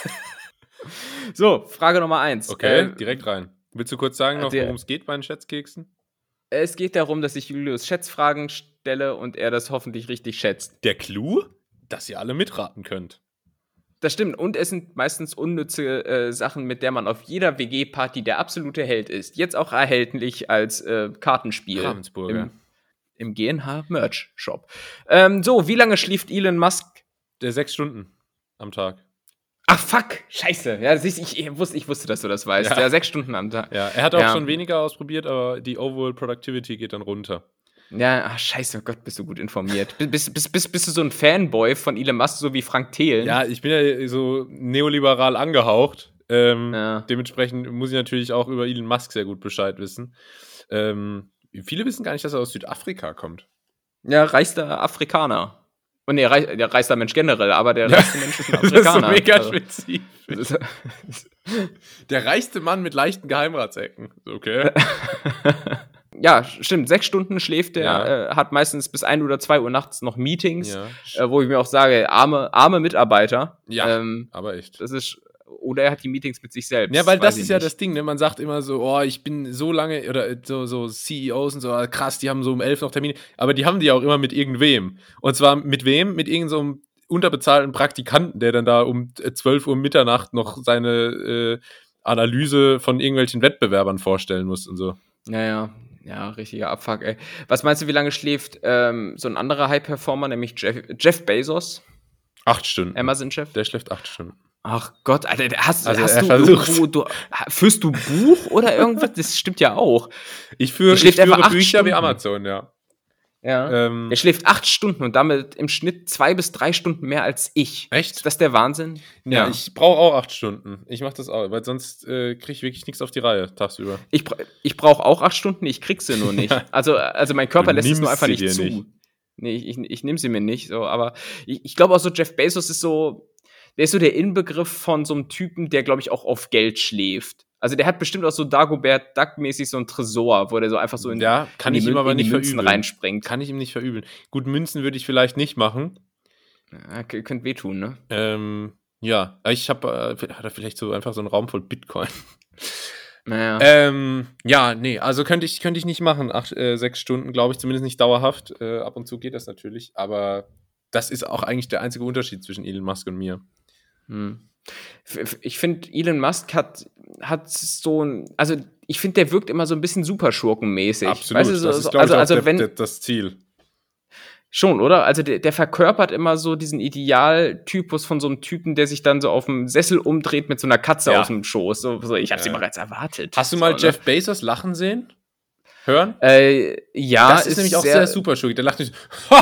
[SPEAKER 2] so, Frage Nummer eins.
[SPEAKER 1] Okay,
[SPEAKER 2] ähm,
[SPEAKER 1] direkt rein. Willst du kurz sagen, noch,
[SPEAKER 2] der,
[SPEAKER 1] worum es geht bei den Schätzkeksen?
[SPEAKER 2] Es geht darum, dass ich Julius Schätzfragen stelle und er das hoffentlich richtig schätzt.
[SPEAKER 1] Der Clou? Dass ihr alle mitraten könnt.
[SPEAKER 2] Das stimmt. Und es sind meistens unnütze äh, Sachen, mit der man auf jeder W G-Party der absolute Held ist. Jetzt auch erhältlich als äh, Kartenspiel.
[SPEAKER 1] Ravensburger.
[SPEAKER 2] Im, im G N H-Merch-Shop. Ähm, so, wie lange schläft Elon Musk?
[SPEAKER 1] Der sechs Stunden am Tag.
[SPEAKER 2] Ach, fuck. Scheiße. Ja, das ist, ich, ich, wusste, ich wusste, dass du das weißt. Ja, ja sechs Stunden am Tag.
[SPEAKER 1] Ja, er hat auch
[SPEAKER 2] ja.
[SPEAKER 1] schon weniger ausprobiert, aber die Overall Productivity geht dann runter.
[SPEAKER 2] Ja, ach, scheiße, oh Gott, bist du gut informiert. Bist, bist, bist, bist du so ein Fanboy von Elon Musk, so wie Frank Thelen?
[SPEAKER 1] Ja, ich bin ja so neoliberal angehaucht. Ähm,
[SPEAKER 2] ja.
[SPEAKER 1] Dementsprechend muss ich natürlich auch über Elon Musk sehr gut Bescheid wissen. Ähm, viele wissen gar nicht, dass er aus Südafrika kommt.
[SPEAKER 2] Ja, reichster Afrikaner. Und nee, reich, der reichster Mensch generell, aber der reichste Mensch ist ein Afrikaner.
[SPEAKER 1] Das ist so mega
[SPEAKER 2] also.
[SPEAKER 1] spezifisch. Der reichste Mann mit leichten Geheimratsecken. Okay.
[SPEAKER 2] Ja, stimmt. Sechs Stunden schläft der,
[SPEAKER 1] Ja.
[SPEAKER 2] äh, hat meistens bis ein oder zwei Uhr nachts noch Meetings,
[SPEAKER 1] Ja.
[SPEAKER 2] äh, wo ich mir auch sage, arme, arme Mitarbeiter.
[SPEAKER 1] Ja,
[SPEAKER 2] ähm,
[SPEAKER 1] aber echt.
[SPEAKER 2] Das ist, oder er hat die Meetings mit sich selbst.
[SPEAKER 1] Ja, weil das
[SPEAKER 2] weiß
[SPEAKER 1] ist
[SPEAKER 2] ich
[SPEAKER 1] ja
[SPEAKER 2] nicht.
[SPEAKER 1] das Ding, ne? Man sagt immer so, oh, ich bin so lange, oder so, so C E Os und so, ah, krass, die haben so um elf noch Termine. Aber die haben die auch immer mit irgendwem. Und zwar mit wem? Mit irgendeinem so einem unterbezahlten Praktikanten, der dann da um zwölf Uhr Mitternacht noch seine äh, Analyse von irgendwelchen Wettbewerbern vorstellen muss und so.
[SPEAKER 2] Ja, ja. Ja, richtiger Abfuck, ey. Was meinst du, wie lange schläft ähm, so ein anderer High-Performer, nämlich Jeff, Jeff Bezos?
[SPEAKER 1] Acht Stunden.
[SPEAKER 2] Amazon-Chef?
[SPEAKER 1] Der schläft acht Stunden.
[SPEAKER 2] Ach Gott, Alter, hast,
[SPEAKER 1] Also
[SPEAKER 2] hast
[SPEAKER 1] er
[SPEAKER 2] du
[SPEAKER 1] versucht's.
[SPEAKER 2] irgendwo, du, führst du Buch oder irgendwas? Das stimmt ja auch.
[SPEAKER 1] Ich führe,
[SPEAKER 2] Der schläft
[SPEAKER 1] ich führe
[SPEAKER 2] einfach acht
[SPEAKER 1] Bücher
[SPEAKER 2] Stunden.
[SPEAKER 1] wie Amazon, ja.
[SPEAKER 2] Ja.
[SPEAKER 1] Ähm,
[SPEAKER 2] Der schläft acht Stunden und damit im Schnitt zwei bis drei Stunden mehr als ich.
[SPEAKER 1] Echt?
[SPEAKER 2] Ist das der Wahnsinn?
[SPEAKER 1] Ja, ich brauche auch acht Stunden. Ich mache das auch, weil sonst äh, kriege ich wirklich nichts auf die Reihe tagsüber.
[SPEAKER 2] Ich, bra- ich brauche auch acht Stunden, ich krieg sie nur nicht.
[SPEAKER 1] Ja.
[SPEAKER 2] Also, also mein Körper
[SPEAKER 1] Du
[SPEAKER 2] lässt es nur
[SPEAKER 1] nimmst
[SPEAKER 2] einfach
[SPEAKER 1] sie
[SPEAKER 2] nicht
[SPEAKER 1] dir
[SPEAKER 2] zu.
[SPEAKER 1] nicht.
[SPEAKER 2] Nee, ich, ich, ich nehme sie mir nicht. So, aber ich, ich glaube auch so, Jeff Bezos ist so, der ist so der Inbegriff von so einem Typen, der, glaube ich, auch auf Geld schläft. Also der hat bestimmt auch so Dagobert Duck-mäßig so ein Tresor, wo der so einfach so in,
[SPEAKER 1] Ja, kann
[SPEAKER 2] in
[SPEAKER 1] ich
[SPEAKER 2] die,
[SPEAKER 1] ihm
[SPEAKER 2] Mün-
[SPEAKER 1] aber
[SPEAKER 2] in die
[SPEAKER 1] nicht
[SPEAKER 2] Münzen
[SPEAKER 1] verübeln.
[SPEAKER 2] reinspringt.
[SPEAKER 1] Kann ich ihm nicht verübeln. Gut, Münzen würde ich vielleicht nicht machen.
[SPEAKER 2] Ja, k- könnte wehtun, ne?
[SPEAKER 1] Ähm, Ja, ich habe äh, hat er vielleicht so einfach so einen Raum voll Bitcoin.
[SPEAKER 2] Naja.
[SPEAKER 1] Ähm, ja, nee, also könnte ich, könnte ich nicht machen. Acht, äh, sechs Stunden, glaube ich, zumindest nicht dauerhaft. Äh, ab und zu geht das natürlich, aber das ist auch eigentlich der einzige Unterschied zwischen Elon Musk und mir.
[SPEAKER 2] Hm. Ich finde, Elon Musk hat, hat so ein, also ich finde, der wirkt immer so ein bisschen Superschurkenmäßig.
[SPEAKER 1] Absolut,
[SPEAKER 2] weißt du, so,
[SPEAKER 1] das ist,
[SPEAKER 2] so,
[SPEAKER 1] glaube
[SPEAKER 2] also,
[SPEAKER 1] ich, auch
[SPEAKER 2] also
[SPEAKER 1] der,
[SPEAKER 2] wenn,
[SPEAKER 1] der, das Ziel.
[SPEAKER 2] Schon, oder? Also der, der verkörpert immer so diesen Idealtypus von so einem Typen, der sich dann so auf dem Sessel umdreht mit so einer Katze
[SPEAKER 1] Ja.
[SPEAKER 2] aus dem Schoß. So, so ich habe sie
[SPEAKER 1] Ja.
[SPEAKER 2] bereits erwartet.
[SPEAKER 1] Hast du mal
[SPEAKER 2] so,
[SPEAKER 1] Jeff Bezos lachen sehen? Hören?
[SPEAKER 2] Äh, ja,
[SPEAKER 1] das ist, ist nämlich auch sehr, sehr super schurkig. Der lacht nicht so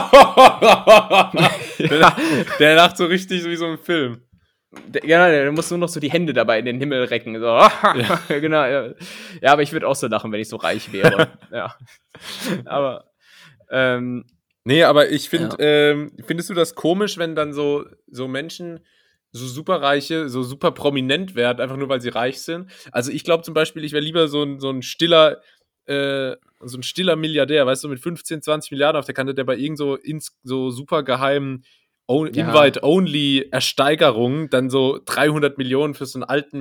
[SPEAKER 1] der, lacht, der lacht so richtig so wie so ein Film.
[SPEAKER 2] Der, genau, der muss nur noch so die Hände dabei in den Himmel recken. So. Ja. Genau, ja. Ja, aber ich würde auch so lachen, wenn ich so reich wäre. Ja. Aber ähm,
[SPEAKER 1] nee, aber ich finde,
[SPEAKER 2] ja.
[SPEAKER 1] ähm, findest du das komisch, wenn dann so, so Menschen, so superreiche, so super prominent werden, einfach nur weil sie reich sind? Also ich glaube zum Beispiel, ich wäre lieber so ein, so ein stiller, äh, so ein stiller Milliardär, weißt du, mit fünfzehn, zwanzig Milliarden auf der Kante, der bei irgend so, ins, so super geheimen O-
[SPEAKER 2] Ja.
[SPEAKER 1] Invite-Only-Ersteigerungen dann so dreihundert Millionen für so einen alten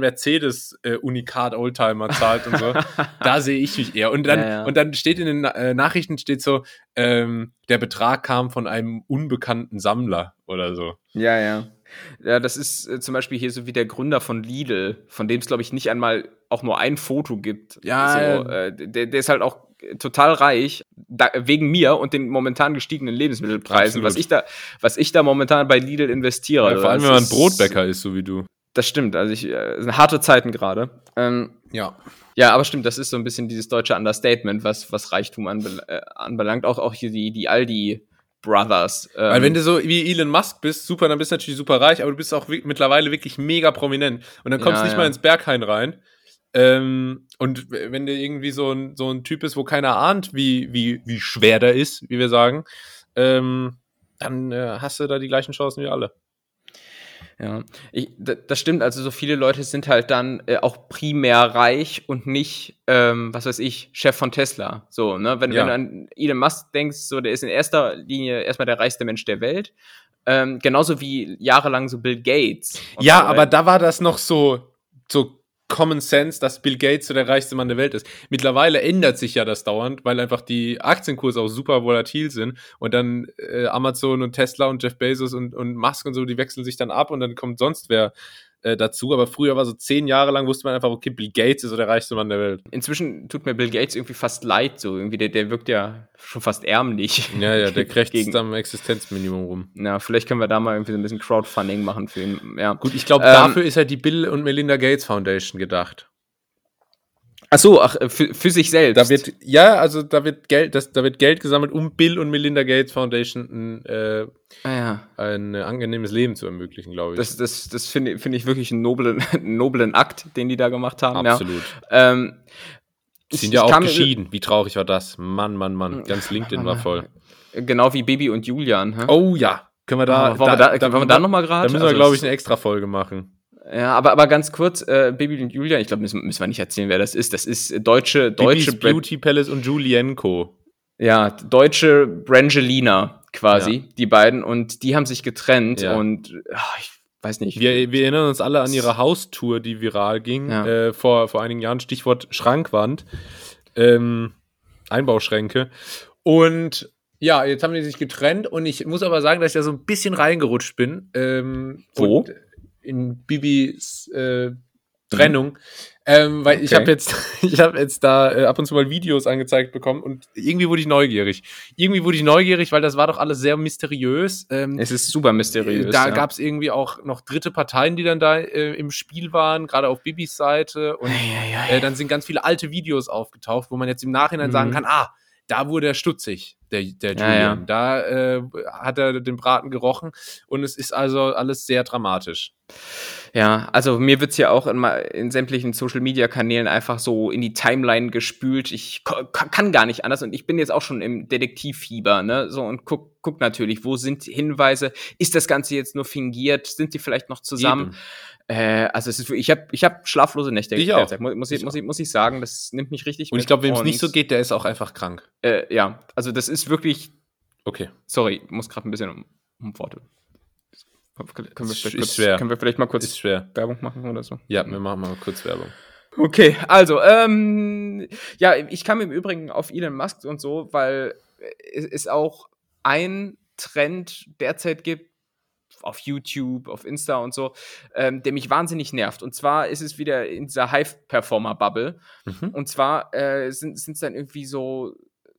[SPEAKER 1] Mercedes-Unikat-Oldtimer zahlt und so. Da sehe ich mich eher. Und dann,
[SPEAKER 2] Ja, ja.
[SPEAKER 1] und dann steht in den äh, Nachrichten steht so, ähm, der Betrag kam von einem unbekannten Sammler oder so.
[SPEAKER 2] Ja, ja. Ja, das ist äh, zum Beispiel hier so wie der Gründer von Lidl, von dem es, glaube ich, nicht einmal auch nur ein Foto gibt.
[SPEAKER 1] Ja,
[SPEAKER 2] so,
[SPEAKER 1] ja.
[SPEAKER 2] äh, der, der ist halt auch äh, total reich, da, wegen mir und den momentan gestiegenen Lebensmittelpreisen,
[SPEAKER 1] Absolut.
[SPEAKER 2] was ich da, was ich da momentan bei Lidl investiere.
[SPEAKER 1] Ja, vor allem,
[SPEAKER 2] Das
[SPEAKER 1] wenn man
[SPEAKER 2] ist-
[SPEAKER 1] Brotbäcker ist, so wie du.
[SPEAKER 2] Das stimmt, also ich, äh, sind harte Zeiten gerade. Ähm,
[SPEAKER 1] Ja.
[SPEAKER 2] ja, aber stimmt, das ist so ein bisschen dieses deutsche Understatement, was, was Reichtum anbel äh, anbelangt. Auch, auch hier die, die Aldi Brothers. Ähm,
[SPEAKER 1] Weil wenn du so wie Elon Musk bist, super, dann bist du natürlich super reich, aber du bist auch wi- mittlerweile wirklich mega prominent. Und dann kommst du
[SPEAKER 2] Ja,
[SPEAKER 1] nicht
[SPEAKER 2] ja.
[SPEAKER 1] mal ins Berghain rein. Ähm, und w- wenn du irgendwie so ein, so ein Typ bist, wo keiner ahnt, wie, wie, wie schwer der ist, wie wir sagen, ähm, dann äh, hast du da die gleichen Chancen wie alle.
[SPEAKER 2] Ja, ich, d- das stimmt. Also so viele Leute sind halt dann äh, auch primär reich und nicht, ähm, was weiß ich, Chef von Tesla. So, ne? Wenn,
[SPEAKER 1] Ja.
[SPEAKER 2] wenn du an Elon Musk denkst, so der ist in erster Linie erstmal der reichste Mensch der Welt. Ähm, genauso wie jahrelang so Bill Gates. und
[SPEAKER 1] Ja,
[SPEAKER 2] so,
[SPEAKER 1] aber da war das noch so, so Common Sense, dass Bill Gates so der reichste Mann der Welt ist. Mittlerweile ändert sich ja das dauernd, weil einfach die Aktienkurse auch super volatil sind und dann äh, Amazon und Tesla und Jeff Bezos und, und Musk und so, die wechseln sich dann ab und dann kommt sonst wer äh, dazu. Aber früher war so zehn Jahre lang, wusste man einfach, okay, Bill Gates ist so der reichste Mann der Welt.
[SPEAKER 2] Inzwischen tut mir Bill Gates irgendwie fast leid. So irgendwie, der, der wirkt ja schon fast ärmlich.
[SPEAKER 1] Ja, ja, der krächzt
[SPEAKER 2] Gegen-
[SPEAKER 1] am Existenzminimum rum.
[SPEAKER 2] Na, vielleicht können wir da mal irgendwie so ein bisschen Crowdfunding machen für ihn. Ja.
[SPEAKER 1] Gut, ich glaube,
[SPEAKER 2] Ähm,
[SPEAKER 1] dafür ist halt die Bill und Melinda Gates Foundation gedacht.
[SPEAKER 2] Ach so, ach, für, für sich selbst.
[SPEAKER 1] Da wird, ja, also da wird Geld, das, da wird Geld gesammelt, um Bill und Melinda Gates Foundation ein, äh,
[SPEAKER 2] ah, ja.
[SPEAKER 1] ein äh, angenehmes Leben zu ermöglichen, glaube ich.
[SPEAKER 2] Das, das, das finde find ich wirklich einen noblen, einen noblen Akt, den die da gemacht haben.
[SPEAKER 1] Absolut.
[SPEAKER 2] Ja. Ähm,
[SPEAKER 1] Die
[SPEAKER 2] ich-
[SPEAKER 1] sind ja
[SPEAKER 2] ich
[SPEAKER 1] auch
[SPEAKER 2] kam-
[SPEAKER 1] geschieden. Wie traurig war das? Mann, Mann, Mann. Ganz LinkedIn war voll.
[SPEAKER 2] Genau wie Baby und Julian. Hä?
[SPEAKER 1] Oh ja. Können wir da,
[SPEAKER 2] Ah, wollen wir da- wollen wir da noch mal grad?
[SPEAKER 1] Da müssen wir,
[SPEAKER 2] Also
[SPEAKER 1] glaube
[SPEAKER 2] es-
[SPEAKER 1] ich, eine extra Folge machen.
[SPEAKER 2] Ja, aber, aber ganz kurz, äh, Baby und Julian, ich glaube, müssen, müssen wir nicht erzählen, wer das ist. Das ist deutsche, deutsche
[SPEAKER 1] Bibis Beauty Palace und Julienko.
[SPEAKER 2] Ja, deutsche Brangelina quasi,
[SPEAKER 1] Ja.
[SPEAKER 2] die beiden. Und die haben sich getrennt
[SPEAKER 1] Ja.
[SPEAKER 2] und ach, ich weiß nicht.
[SPEAKER 1] Wir, wir erinnern uns alle an ihre Haustour, die viral ging,
[SPEAKER 2] Ja.
[SPEAKER 1] äh, vor, vor einigen Jahren. Stichwort Schrankwand. Ähm, Einbauschränke. Und ja, jetzt haben die sich getrennt und ich muss aber sagen, dass ich da so ein bisschen reingerutscht bin. Ähm,
[SPEAKER 2] Wo?
[SPEAKER 1] und in Bibis äh, Trennung. Ähm, weil ich
[SPEAKER 2] Okay.
[SPEAKER 1] habe jetzt, ich habe jetzt da äh, ab und zu mal Videos angezeigt bekommen und irgendwie wurde ich neugierig. Irgendwie wurde ich neugierig, weil das war doch alles sehr mysteriös. Ähm,
[SPEAKER 2] Es ist super mysteriös.
[SPEAKER 1] da
[SPEAKER 2] ja.
[SPEAKER 1] gab es irgendwie auch noch dritte Parteien, die dann da äh, im Spiel waren, gerade auf Bibis Seite. Und äh, dann sind ganz viele alte Videos aufgetaucht, wo man jetzt im Nachhinein
[SPEAKER 2] Mhm.
[SPEAKER 1] sagen kann, ah, da wurde er stutzig, der, der
[SPEAKER 2] Ja,
[SPEAKER 1] Julian.
[SPEAKER 2] ja.
[SPEAKER 1] Da äh, hat er den Braten gerochen und es ist also alles sehr dramatisch.
[SPEAKER 2] Ja, also mir wird's ja auch in, ma- in sämtlichen Social-Media-Kanälen einfach so in die Timeline gespült. Ich ko- ka- kann gar nicht anders und ich bin jetzt auch schon im Detektivfieber, ne? So und guck, guck natürlich, wo sind Hinweise? Ist das Ganze jetzt nur fingiert? Sind die vielleicht noch zusammen? Äh, also es ist, wirklich- ich habe ich hab schlaflose Nächte
[SPEAKER 1] Ich auch.
[SPEAKER 2] derzeit, Muss, muss, ich,
[SPEAKER 1] Ich
[SPEAKER 2] muss, ich, muss ich sagen, das nimmt mich richtig
[SPEAKER 1] Und
[SPEAKER 2] mit.
[SPEAKER 1] ich glaube, wem es
[SPEAKER 2] Und,
[SPEAKER 1] nicht so geht, der ist auch einfach krank.
[SPEAKER 2] Äh, ja, also das ist wirklich,
[SPEAKER 1] Okay.
[SPEAKER 2] sorry, muss gerade ein bisschen um, um Worte. Können wir,
[SPEAKER 1] Ist-
[SPEAKER 2] vielleicht
[SPEAKER 1] ist
[SPEAKER 2] kurz,
[SPEAKER 1] schwer.
[SPEAKER 2] können wir vielleicht mal kurz
[SPEAKER 1] Ist schwer.
[SPEAKER 2] Werbung machen oder so?
[SPEAKER 1] Ja, wir machen mal kurz Werbung.
[SPEAKER 2] Okay, also, ähm, ja, ich kam im Übrigen auf Elon Musk und so, weil es es auch ein Trend derzeit gibt, auf YouTube, auf Insta und so, ähm, der mich wahnsinnig nervt. Und zwar ist es wieder in dieser High-Performer-Bubble.
[SPEAKER 1] Mhm.
[SPEAKER 2] Und zwar äh, sind es dann irgendwie so,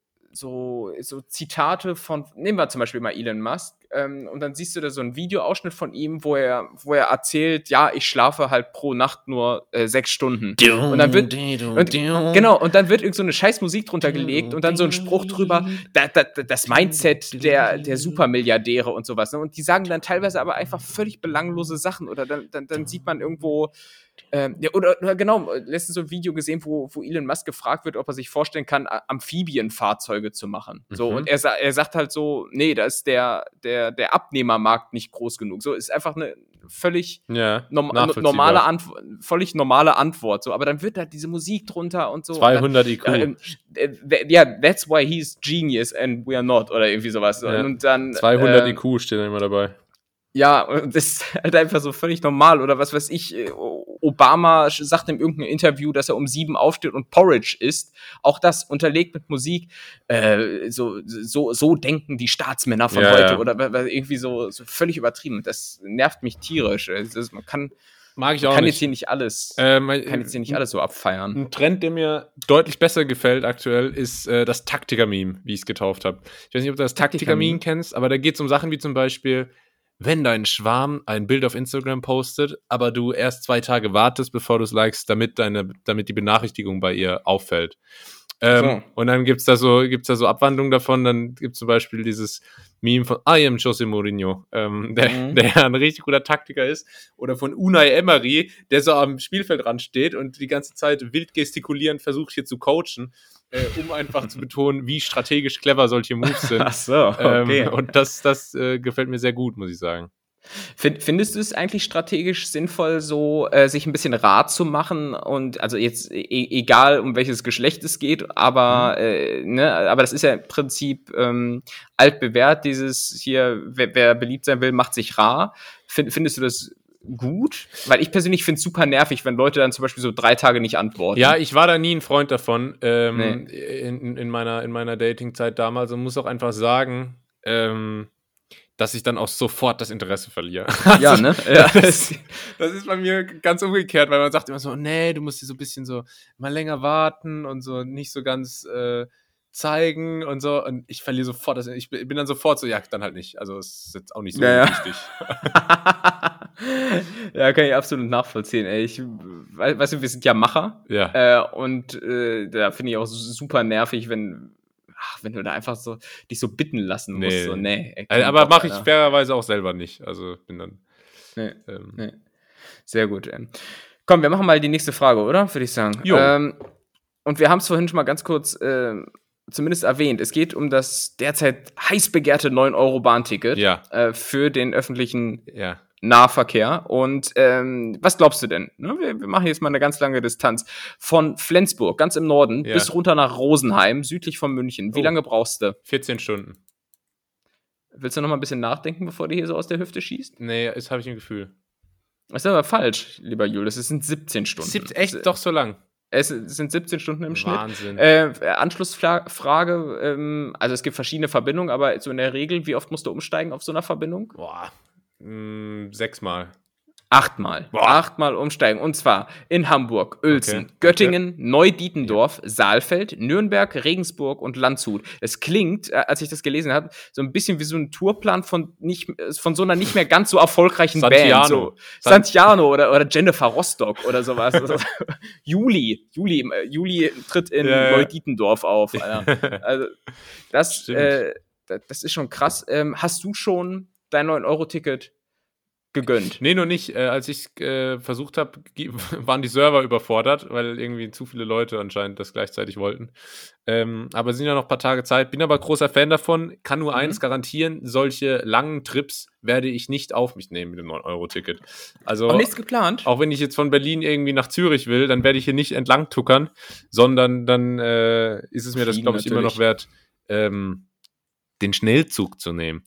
[SPEAKER 2] so, so Zitate von, nehmen wir zum Beispiel mal Elon Musk, ähm, und dann siehst du da so einen Videoausschnitt von ihm, wo er, wo er erzählt, ja, ich schlafe halt pro Nacht nur äh, sechs Stunden. Und dann wird, und, genau, und dann wird irgend so eine scheiß Musik drunter gelegt und dann so ein Spruch drüber, da, da, da, das Mindset der, der Supermilliardäre und sowas. Ne? Und die sagen dann teilweise aber einfach völlig belanglose Sachen oder dann, dann, dann sieht man irgendwo, ähm, ja, oder, oder genau, letztens so ein Video gesehen, wo, wo Elon Musk gefragt wird, ob er sich vorstellen kann, A- Amphibienfahrzeuge zu machen. So,
[SPEAKER 1] Mhm.
[SPEAKER 2] und er, sa- er sagt halt so, nee, da ist der, der, der Abnehmermarkt nicht groß genug. So, ist einfach eine völlig
[SPEAKER 1] Ja,
[SPEAKER 2] norm
[SPEAKER 1] nachvollziehbar.
[SPEAKER 2] normale Antwort, völlig normale Antwort. So, aber dann wird da diese Musik drunter und so.
[SPEAKER 1] zweihundert I Q.
[SPEAKER 2] Und dann, äh, äh, ja, that's why he's genius and we are not oder irgendwie sowas.
[SPEAKER 1] Ja.
[SPEAKER 2] Und dann
[SPEAKER 1] zweihundert
[SPEAKER 2] äh,
[SPEAKER 1] I Q steht da immer dabei.
[SPEAKER 2] ja, und das ist halt einfach so völlig normal. Oder was weiß ich, äh, Obama sch- sagt in irgendeinem Interview, dass er um sieben aufsteht und Porridge isst. Auch das unterlegt mit Musik. Äh, so, so, so denken die Staatsmänner von
[SPEAKER 1] Ja,
[SPEAKER 2] heute.
[SPEAKER 1] ja.
[SPEAKER 2] Oder wa- wa- irgendwie so, so völlig übertrieben. Das nervt mich tierisch. Es ist, man kann,
[SPEAKER 1] Mag ich
[SPEAKER 2] man
[SPEAKER 1] auch
[SPEAKER 2] kann
[SPEAKER 1] nicht.
[SPEAKER 2] jetzt hier nicht alles,
[SPEAKER 1] Ähm,
[SPEAKER 2] kann jetzt hier nicht alles so abfeiern.
[SPEAKER 1] Ein Trend, der mir deutlich besser gefällt aktuell, ist äh, das Taktiker-Meme, wie ich es getauft habe. Ich weiß nicht, ob du das Taktiker-Meme
[SPEAKER 2] Taktiker-Meme?
[SPEAKER 1] kennst, aber da geht es um Sachen wie zum Beispiel, wenn dein Schwarm ein Bild auf Instagram postet, aber du erst zwei Tage wartest, bevor du es likest, damit, deine, damit die Benachrichtigung bei ihr auffällt. Ähm,
[SPEAKER 2] So.
[SPEAKER 1] Und dann gibt's da so, gibt's da so Abwandlungen davon. Dann gibt's zum Beispiel dieses Meme von I am Jose Mourinho, ähm, der,
[SPEAKER 2] Mhm.
[SPEAKER 1] der ein richtig guter Taktiker ist. Oder von Unai Emery, der so am Spielfeldrand steht und die ganze Zeit wild gestikulierend versucht, hier zu coachen, äh, um einfach zu betonen, wie strategisch clever solche Moves sind.
[SPEAKER 2] Ach so, okay.
[SPEAKER 1] Ähm, und das, das äh, gefällt mir sehr gut, muss ich sagen.
[SPEAKER 2] Find, findest du es eigentlich strategisch sinnvoll, so äh, sich ein bisschen rat zu machen und also jetzt e egal um welches Geschlecht es geht, aber
[SPEAKER 1] Mhm.
[SPEAKER 2] äh, ne, aber das ist ja im Prinzip ähm, altbewährt, dieses hier, wer, wer beliebt sein will, macht sich rar. Find, findest du das gut? Weil ich persönlich finde es super nervig, wenn Leute dann zum Beispiel so drei Tage nicht antworten.
[SPEAKER 1] Ja, ich war da nie ein Freund davon ähm,
[SPEAKER 2] Nee.
[SPEAKER 1] in, in meiner, in meiner Dating-Zeit damals und muss auch einfach sagen, ähm, dass ich dann auch sofort das Interesse verliere.
[SPEAKER 2] Ja,
[SPEAKER 1] Also,
[SPEAKER 2] ne? Ja.
[SPEAKER 1] Das, das ist bei mir ganz umgekehrt, weil man sagt immer so, nee, du musst dir so ein bisschen so mal länger warten und so nicht so ganz äh, zeigen und so. Und ich verliere sofort das. Ich bin bin dann sofort so, ja, dann halt nicht. Also es ist jetzt auch nicht so
[SPEAKER 2] Ja, ja.
[SPEAKER 1] wichtig.
[SPEAKER 2] Ja, kann ich absolut nachvollziehen. Ey. Ich, we- weißt du, wir sind ja Macher.
[SPEAKER 1] Ja.
[SPEAKER 2] Äh, und äh, da finde ich auch super nervig, wenn, ach, wenn du da einfach so dich so bitten lassen musst.
[SPEAKER 1] Nee.
[SPEAKER 2] So, nee, ey,
[SPEAKER 1] Äh,
[SPEAKER 2] kein
[SPEAKER 1] aber
[SPEAKER 2] Bock,
[SPEAKER 1] mache ich
[SPEAKER 2] Alter.
[SPEAKER 1] fairerweise auch selber nicht. Also bin dann.
[SPEAKER 2] Nee,
[SPEAKER 1] Ähm,
[SPEAKER 2] nee. Sehr gut. Ey. Komm, wir machen mal die nächste Frage, oder? Würde ich sagen.
[SPEAKER 1] Jo.
[SPEAKER 2] Ähm, und wir haben es vorhin schon mal ganz kurz ähm, zumindest erwähnt. Es geht um das derzeit heiß begehrte neun Euro Bahnticket
[SPEAKER 1] Ja.
[SPEAKER 2] äh, für den öffentlichen
[SPEAKER 1] Ja.
[SPEAKER 2] Nahverkehr. Und ähm, was glaubst du denn? Ne, wir, wir machen jetzt mal eine ganz lange Distanz. Von Flensburg, ganz im Norden,
[SPEAKER 1] Ja.
[SPEAKER 2] bis runter nach Rosenheim, südlich von München. Wie
[SPEAKER 1] Oh.
[SPEAKER 2] lange brauchst du?
[SPEAKER 1] vierzehn Stunden.
[SPEAKER 2] Willst du noch mal ein bisschen nachdenken, bevor du hier so aus der Hüfte schießt?
[SPEAKER 1] Nee, das habe ich im Gefühl.
[SPEAKER 2] Das ist aber falsch, lieber Julius. Es sind siebzehn Stunden.
[SPEAKER 1] Sieb- echt
[SPEAKER 2] Es,
[SPEAKER 1] doch so lang.
[SPEAKER 2] es sind siebzehn Stunden im Schnitt.
[SPEAKER 1] Wahnsinn.
[SPEAKER 2] Äh, Anschlussfrage, ähm, also es gibt verschiedene Verbindungen, aber so in der Regel, wie oft musst du umsteigen auf so einer Verbindung?
[SPEAKER 1] Boah. Mm, sechsmal.
[SPEAKER 2] Achtmal.
[SPEAKER 1] Boah.
[SPEAKER 2] Achtmal umsteigen. Und zwar in Hamburg, Uelzen,
[SPEAKER 1] Okay,
[SPEAKER 2] Göttingen, Neudietendorf, Saalfeld, Nürnberg, Regensburg und Landshut. Es klingt, äh, als ich das gelesen habe, so ein bisschen wie so ein Tourplan von, nicht, von so einer nicht mehr ganz so erfolgreichen Band.
[SPEAKER 1] Santiano.
[SPEAKER 2] So
[SPEAKER 1] San-
[SPEAKER 2] Santiano oder, oder Jennifer Rostock oder sowas. Also, Juli. Juli. äh, Juli tritt in
[SPEAKER 1] Ja, ja.
[SPEAKER 2] Neudietendorf auf. Alter. Also, das,
[SPEAKER 1] Stimmt.
[SPEAKER 2] äh, das das ist schon krass. Ähm, hast du schon dein neun Euro Ticket gegönnt?
[SPEAKER 1] Nee, noch nicht. Äh, als ich äh, versucht habe, waren die Server überfordert, weil irgendwie zu viele Leute anscheinend das gleichzeitig wollten. Ähm, aber es sind ja noch ein paar Tage Zeit. Bin aber großer Fan davon. Kann nur
[SPEAKER 2] Mhm.
[SPEAKER 1] eins garantieren, solche langen Trips werde ich nicht auf mich nehmen mit dem neun Euro Ticket. Also
[SPEAKER 2] Auch nichts geplant?
[SPEAKER 1] auch wenn ich jetzt von Berlin irgendwie nach Zürich will, dann werde ich hier nicht entlang tuckern, sondern dann äh, ist es mir das,
[SPEAKER 2] Fliegen
[SPEAKER 1] glaube ich, immer noch
[SPEAKER 2] natürlich.
[SPEAKER 1] wert, ähm, den Schnellzug zu nehmen.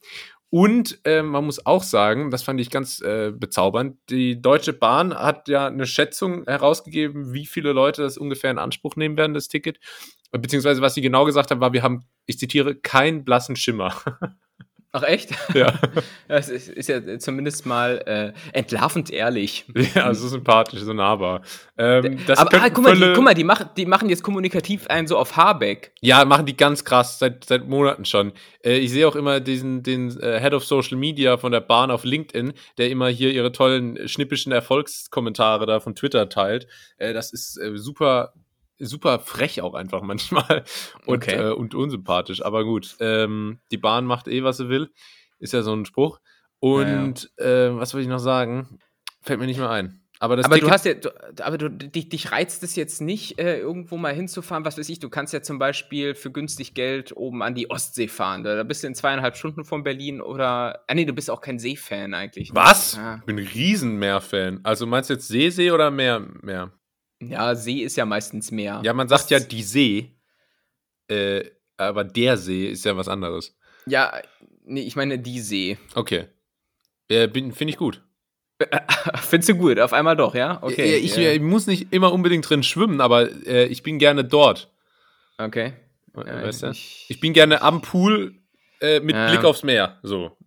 [SPEAKER 1] Und äh, man muss auch sagen, das fand ich ganz äh, bezaubernd, die Deutsche Bahn hat ja eine Schätzung herausgegeben, wie viele Leute das ungefähr in Anspruch nehmen werden, das Ticket. Beziehungsweise was sie genau gesagt haben, war, wir haben, ich zitiere, keinen blassen Schimmer.
[SPEAKER 2] Ach echt?
[SPEAKER 1] Ja.
[SPEAKER 2] Das ist, ist ja zumindest mal äh, entlarvend ehrlich.
[SPEAKER 1] Ja, so sympathisch, so nahbar. Ähm, das
[SPEAKER 2] Aber ah,
[SPEAKER 1] könnten
[SPEAKER 2] guck mal, die,
[SPEAKER 1] Völle-
[SPEAKER 2] guck mal die, mach, die machen jetzt kommunikativ einen so auf Habeck.
[SPEAKER 1] Ja, machen die ganz krass, seit, seit Monaten schon. Äh, ich sehe auch immer diesen, den äh, Head of Social Media von der Bahn auf LinkedIn, der immer hier ihre tollen, schnippischen Erfolgskommentare da von Twitter teilt. Äh, das ist äh, super, super frech auch einfach manchmal und,
[SPEAKER 2] Okay.
[SPEAKER 1] äh, und unsympathisch. Aber gut, ähm, die Bahn macht eh, was sie will. Ist ja so ein Spruch. Und äh, was will ich noch sagen? Fällt mir nicht mehr ein. Aber, das
[SPEAKER 2] Aber
[SPEAKER 1] Ticket,
[SPEAKER 2] du hast ja, du, aber du, dich, dich reizt es jetzt nicht, äh, irgendwo mal hinzufahren, was weiß ich, du kannst ja zum Beispiel für günstig Geld oben an die Ostsee fahren. Da, da bist du in zweieinhalb Stunden von Berlin oder. Ah nee, du bist auch kein Seefan eigentlich. Ne?
[SPEAKER 1] Was?
[SPEAKER 2] Ja.
[SPEAKER 1] Ich bin ein Riesenmeer-Fan. Also meinst du jetzt See, See oder Meer? Meer?
[SPEAKER 2] Ja, See ist ja meistens Meer.
[SPEAKER 1] Ja, man sagt
[SPEAKER 2] Was-
[SPEAKER 1] ja die See, äh, aber der See ist ja was anderes.
[SPEAKER 2] Ja, nee, ich meine die See.
[SPEAKER 1] Okay. Äh, Finde ich gut.
[SPEAKER 2] Findest du gut? Auf einmal doch, ja? Okay.
[SPEAKER 1] Ja, ich,
[SPEAKER 2] ja.
[SPEAKER 1] ich muss nicht immer unbedingt drin schwimmen, aber äh, ich bin gerne dort.
[SPEAKER 2] Okay.
[SPEAKER 1] Weißt du?
[SPEAKER 2] ich-
[SPEAKER 1] Ich bin gerne am Pool äh, mit
[SPEAKER 2] Ja.
[SPEAKER 1] Blick aufs Meer. So.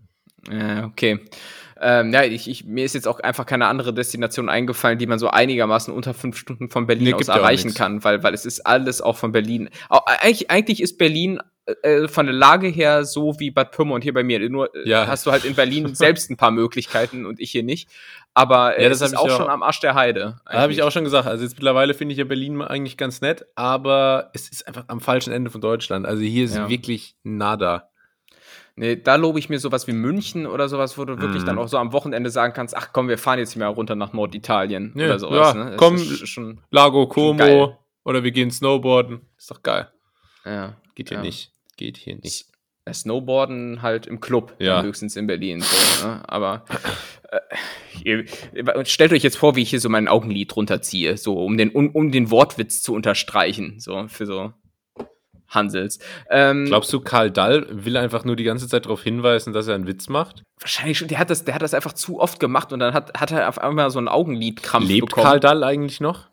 [SPEAKER 2] Ja, okay. Ähm, ja, ich, ich, mir ist jetzt auch einfach keine andere Destination eingefallen, die man so einigermaßen unter fünf Stunden von Berlin
[SPEAKER 1] Nee,
[SPEAKER 2] aus
[SPEAKER 1] gibt ja auch
[SPEAKER 2] erreichen
[SPEAKER 1] nix.
[SPEAKER 2] kann, weil, weil es ist alles auch von Berlin. Au- Eigentlich, eigentlich ist Berlin äh, von der Lage her so wie Bad Pyrmont hier bei mir. Nur äh,
[SPEAKER 1] Ja.
[SPEAKER 2] hast du halt in Berlin selbst ein paar Möglichkeiten und ich hier nicht. Aber äh,
[SPEAKER 1] Ja, das
[SPEAKER 2] es ist
[SPEAKER 1] hab ich
[SPEAKER 2] auch
[SPEAKER 1] ja-
[SPEAKER 2] schon am Arsch der Heide.
[SPEAKER 1] Da habe ich auch schon gesagt, also jetzt mittlerweile finde ich ja Berlin eigentlich ganz nett, aber es ist einfach am falschen Ende von Deutschland. Also hier ist
[SPEAKER 2] Ja.
[SPEAKER 1] wirklich nada.
[SPEAKER 2] Nee, da lobe ich mir sowas wie München oder sowas, wo du wirklich
[SPEAKER 1] Mhm.
[SPEAKER 2] dann auch so am Wochenende sagen kannst, ach komm, wir fahren jetzt mal runter nach Norditalien
[SPEAKER 1] Ja,
[SPEAKER 2] oder sowas.
[SPEAKER 1] ja,
[SPEAKER 2] ne? Das
[SPEAKER 1] komm.
[SPEAKER 2] ist schon,
[SPEAKER 1] Lago
[SPEAKER 2] Schon geil.
[SPEAKER 1] Como oder wir gehen Snowboarden. Ist doch geil.
[SPEAKER 2] ja.
[SPEAKER 1] Geht hier
[SPEAKER 2] Ja.
[SPEAKER 1] nicht. Geht hier nicht.
[SPEAKER 2] Das Snowboarden halt im Club,
[SPEAKER 1] Ja.
[SPEAKER 2] dann höchstens in Berlin. So, ne? Aber äh, ihr, ihr- stellt euch jetzt vor, wie ich hier so mein Augenlid runterziehe, so um den, um, um den Wortwitz zu unterstreichen, so für so Hansels. Ähm,
[SPEAKER 1] Glaubst du, Karl Dall will einfach nur die ganze Zeit darauf hinweisen, dass er einen Witz macht?
[SPEAKER 2] wahrscheinlich schon, der hat, das, der hat das einfach zu oft gemacht und dann hat, hat er auf einmal so einen Augenlidkrampf
[SPEAKER 1] Lebt
[SPEAKER 2] bekommen.
[SPEAKER 1] Karl Dall eigentlich noch?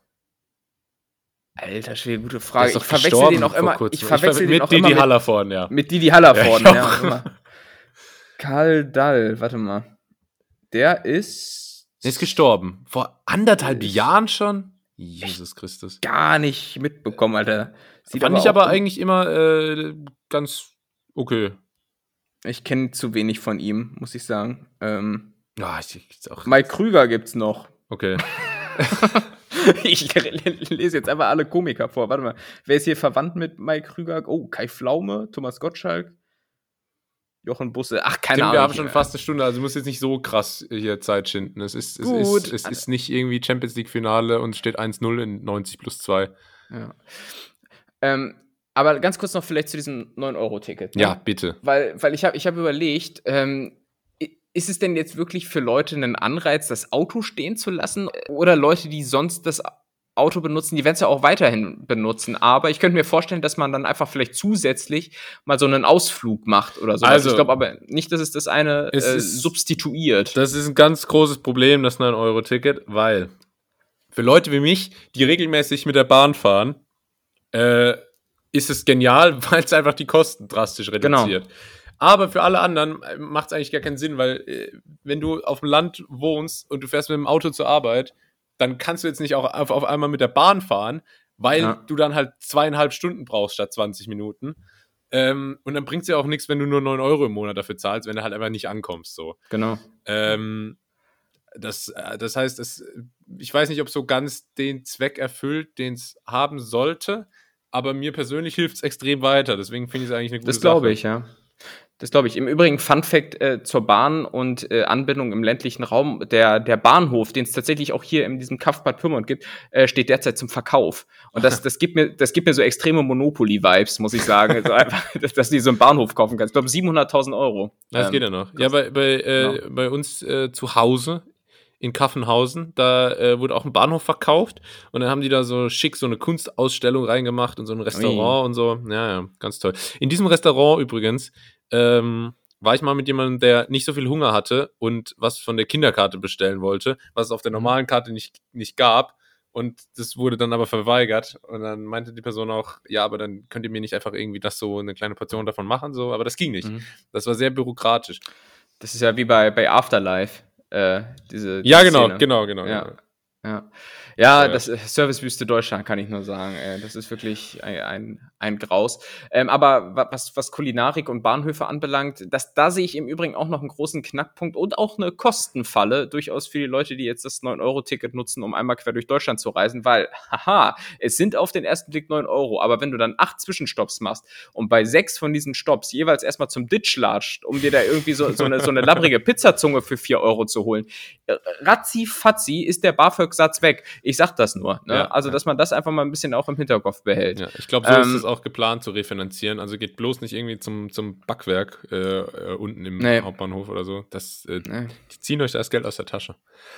[SPEAKER 2] Alter Schwede, gute
[SPEAKER 1] Der
[SPEAKER 2] Frage.
[SPEAKER 1] ist doch
[SPEAKER 2] Ich verwechsel
[SPEAKER 1] gestorben
[SPEAKER 2] den auch
[SPEAKER 1] vor
[SPEAKER 2] immer,
[SPEAKER 1] kurzem.
[SPEAKER 2] ich verwechsel den
[SPEAKER 1] mit
[SPEAKER 2] auch
[SPEAKER 1] Didi
[SPEAKER 2] immer mit,
[SPEAKER 1] Hallervorden, ja.
[SPEAKER 2] mit Didi Hallervorden.
[SPEAKER 1] Ja, ich
[SPEAKER 2] Ja,
[SPEAKER 1] auch.
[SPEAKER 2] immer. Karl Dall, warte mal. Der ist
[SPEAKER 1] Er ist gestorben. Vor anderthalb
[SPEAKER 2] Ist-
[SPEAKER 1] Jahren schon? Jesus Christus.
[SPEAKER 2] gar nicht mitbekommen, Alter. Sieht
[SPEAKER 1] Fand ich
[SPEAKER 2] auch-
[SPEAKER 1] aber eigentlich immer äh, ganz okay.
[SPEAKER 2] Ich kenne zu wenig von ihm, muss ich sagen. Ähm,
[SPEAKER 1] Ja, ich, ich auch.
[SPEAKER 2] Mike Krüger gibt's noch.
[SPEAKER 1] Okay.
[SPEAKER 2] Ich lese jetzt einfach alle Komiker vor. Warte mal. Wer ist hier verwandt mit Mike Krüger? Oh, Kai Pflaume, Thomas Gottschalk, Jochen Busse. Ach, keine
[SPEAKER 1] Tim,
[SPEAKER 2] Ahnung.
[SPEAKER 1] wir haben schon fast eine Stunde, also du musst jetzt nicht so krass hier Zeit schinden. Es ist, es
[SPEAKER 2] Gut.
[SPEAKER 1] ist, es ist nicht irgendwie Champions League Finale und es steht eins null in neunzig plus zwei.
[SPEAKER 2] Ja. Ähm, aber ganz kurz noch vielleicht zu diesem neun Euro Ticket. Ne?
[SPEAKER 1] Ja, bitte.
[SPEAKER 2] Weil, weil ich habe ich hab überlegt, ähm, i- ist es denn jetzt wirklich für Leute ein Anreiz, das Auto stehen zu lassen? Oder Leute, die sonst das Auto benutzen, die werden es ja auch weiterhin benutzen. Aber ich könnte mir vorstellen, dass man dann einfach vielleicht zusätzlich mal so einen Ausflug macht oder so.
[SPEAKER 1] Also,
[SPEAKER 2] ich glaube aber nicht, dass es das eine
[SPEAKER 1] es
[SPEAKER 2] äh,
[SPEAKER 1] ist-
[SPEAKER 2] substituiert.
[SPEAKER 1] Das ist ein ganz großes Problem, das neun Euro Ticket, weil für Leute wie mich, die regelmäßig mit der Bahn fahren, äh, ist es genial, weil es einfach die Kosten drastisch reduziert. Aber für alle anderen macht es eigentlich gar keinen Sinn, weil äh, wenn du auf dem Land wohnst und du fährst mit dem Auto zur Arbeit, dann kannst du jetzt nicht auch auf, auf einmal mit der Bahn fahren, weil
[SPEAKER 2] Ja.
[SPEAKER 1] du dann halt zweieinhalb Stunden brauchst statt zwanzig Minuten. Ähm, und dann bringt es ja auch nichts, wenn du nur neun Euro im Monat dafür zahlst, wenn du halt einfach nicht ankommst. So.
[SPEAKER 2] Genau.
[SPEAKER 1] Ähm, das, äh, das heißt, es, ich weiß nicht, ob es so ganz den Zweck erfüllt, den es haben sollte, aber mir persönlich hilft es extrem weiter. Deswegen finde ich es eigentlich eine gute
[SPEAKER 2] Das
[SPEAKER 1] Sache.
[SPEAKER 2] glaube ich, ja. Das glaube ich. Im Übrigen, Fun Fact äh, zur Bahn und äh, Anbindung im ländlichen Raum, der, der Bahnhof, den es tatsächlich auch hier in diesem Kaff Bad Pyrmont gibt, äh, steht derzeit zum Verkauf. Und das, das, gibt mir, das gibt mir so extreme Monopoly-Vibes, muss ich sagen. Also einfach, dass, dass du dir so einen Bahnhof kaufen kannst. Ich glaube, siebenhunderttausend Euro.
[SPEAKER 1] Das
[SPEAKER 2] Ähm,
[SPEAKER 1] geht ja noch. Ja, bei, bei, äh,
[SPEAKER 2] Genau.
[SPEAKER 1] bei uns äh, zu Hause in Kaffenhausen, da äh, wurde auch ein Bahnhof verkauft und dann haben die da so schick so eine Kunstausstellung reingemacht und so ein Restaurant
[SPEAKER 2] Ui.
[SPEAKER 1] und so. Ja, ja, ganz toll. In diesem Restaurant übrigens ähm, war ich mal mit jemandem, der nicht so viel Hunger hatte und was von der Kinderkarte bestellen wollte, was es auf der normalen Karte nicht, nicht gab. Und das wurde dann aber verweigert. Und dann meinte die Person auch, ja, aber dann könnt ihr mir nicht einfach irgendwie das so eine kleine Portion davon machen. So, aber das ging nicht.
[SPEAKER 2] Mhm.
[SPEAKER 1] Das war sehr bürokratisch.
[SPEAKER 2] Das ist ja wie bei, bei Afterlife, äh, diese,
[SPEAKER 1] Ja,
[SPEAKER 2] diese
[SPEAKER 1] genau,
[SPEAKER 2] Szene.
[SPEAKER 1] genau, genau,
[SPEAKER 2] Ja.
[SPEAKER 1] genau.
[SPEAKER 2] Ja, ja,
[SPEAKER 1] Äh.
[SPEAKER 2] das äh, Servicewüste Deutschland kann ich nur sagen. Äh, das ist wirklich ein, ein, ein Graus. Ähm, aber wa- was, was Kulinarik und Bahnhöfe anbelangt, das, da sehe ich im Übrigen auch noch einen großen Knackpunkt und auch eine Kostenfalle, durchaus für die Leute, die jetzt das neun Euro Ticket nutzen, um einmal quer durch Deutschland zu reisen, weil, haha, es sind auf den ersten Blick neun Euro, aber wenn du dann acht Zwischenstopps machst und bei sechs von diesen Stopps jeweils erstmal zum Ditch latscht, um dir da irgendwie so, so, eine, so eine labbrige Pizzazunge für vier Euro zu holen, äh, ratzi fatzi ist der BAföG-Satz weg. Ich sag das nur. Ne?
[SPEAKER 1] Ja,
[SPEAKER 2] also,
[SPEAKER 1] ja.
[SPEAKER 2] dass man das einfach mal ein bisschen auch im Hinterkopf behält.
[SPEAKER 1] Ja, ich glaube, so
[SPEAKER 2] Ähm,
[SPEAKER 1] ist es auch geplant zu refinanzieren. Also geht bloß nicht irgendwie zum, zum Backwerk äh, äh, unten im
[SPEAKER 2] Nee.
[SPEAKER 1] Hauptbahnhof oder so. Das, äh,
[SPEAKER 2] Nee.
[SPEAKER 1] Die ziehen euch das Geld aus der Tasche.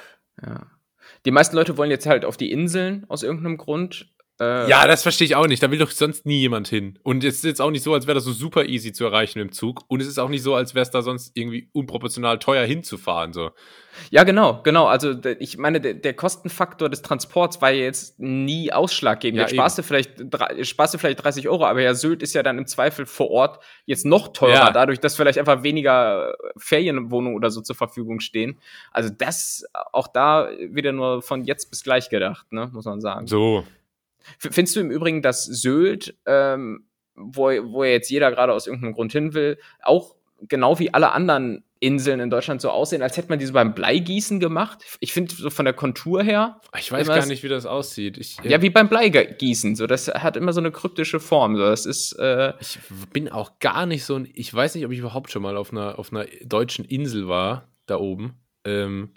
[SPEAKER 2] Ja. Die meisten Leute wollen jetzt halt auf die Inseln aus irgendeinem Grund. Äh,
[SPEAKER 1] Ja, das verstehe ich auch nicht. Da will doch sonst nie jemand hin. Und es ist jetzt auch nicht so, als wäre das so super easy zu erreichen im Zug. Und es ist auch nicht so, als wäre es da sonst irgendwie unproportional teuer hinzufahren. So.
[SPEAKER 2] Ja, genau, genau. Also d- ich meine, der, der Kostenfaktor des Transports war ja jetzt nie ausschlaggebend.
[SPEAKER 1] Ja,
[SPEAKER 2] jetzt sparst du, vielleicht, drei- sparst du vielleicht dreißig Euro, aber ja, Sylt ist ja dann im Zweifel vor Ort jetzt noch teurer,
[SPEAKER 1] Ja.
[SPEAKER 2] dadurch, dass vielleicht einfach weniger Ferienwohnungen oder so zur Verfügung stehen. Also das auch da wieder nur von jetzt bis gleich gedacht, ne, muss man sagen.
[SPEAKER 1] So.
[SPEAKER 2] F- Findest du im Übrigen, dass Sylt, ähm, wo, wo jetzt jeder gerade aus irgendeinem Grund hin will, auch genau wie alle anderen Inseln in Deutschland so aussehen, als hätte man die so beim Bleigießen gemacht? Ich finde, so von der Kontur her,
[SPEAKER 1] Ich weiß
[SPEAKER 2] Immer
[SPEAKER 1] gar
[SPEAKER 2] s-
[SPEAKER 1] nicht, wie das aussieht. Ich,
[SPEAKER 2] ja, wie beim Bleigießen. So, das hat immer so eine kryptische Form. So, das ist, äh,
[SPEAKER 1] ich bin auch gar nicht so ein. Ich weiß nicht, ob ich überhaupt schon mal auf einer, auf einer deutschen Insel war, da oben. Ähm,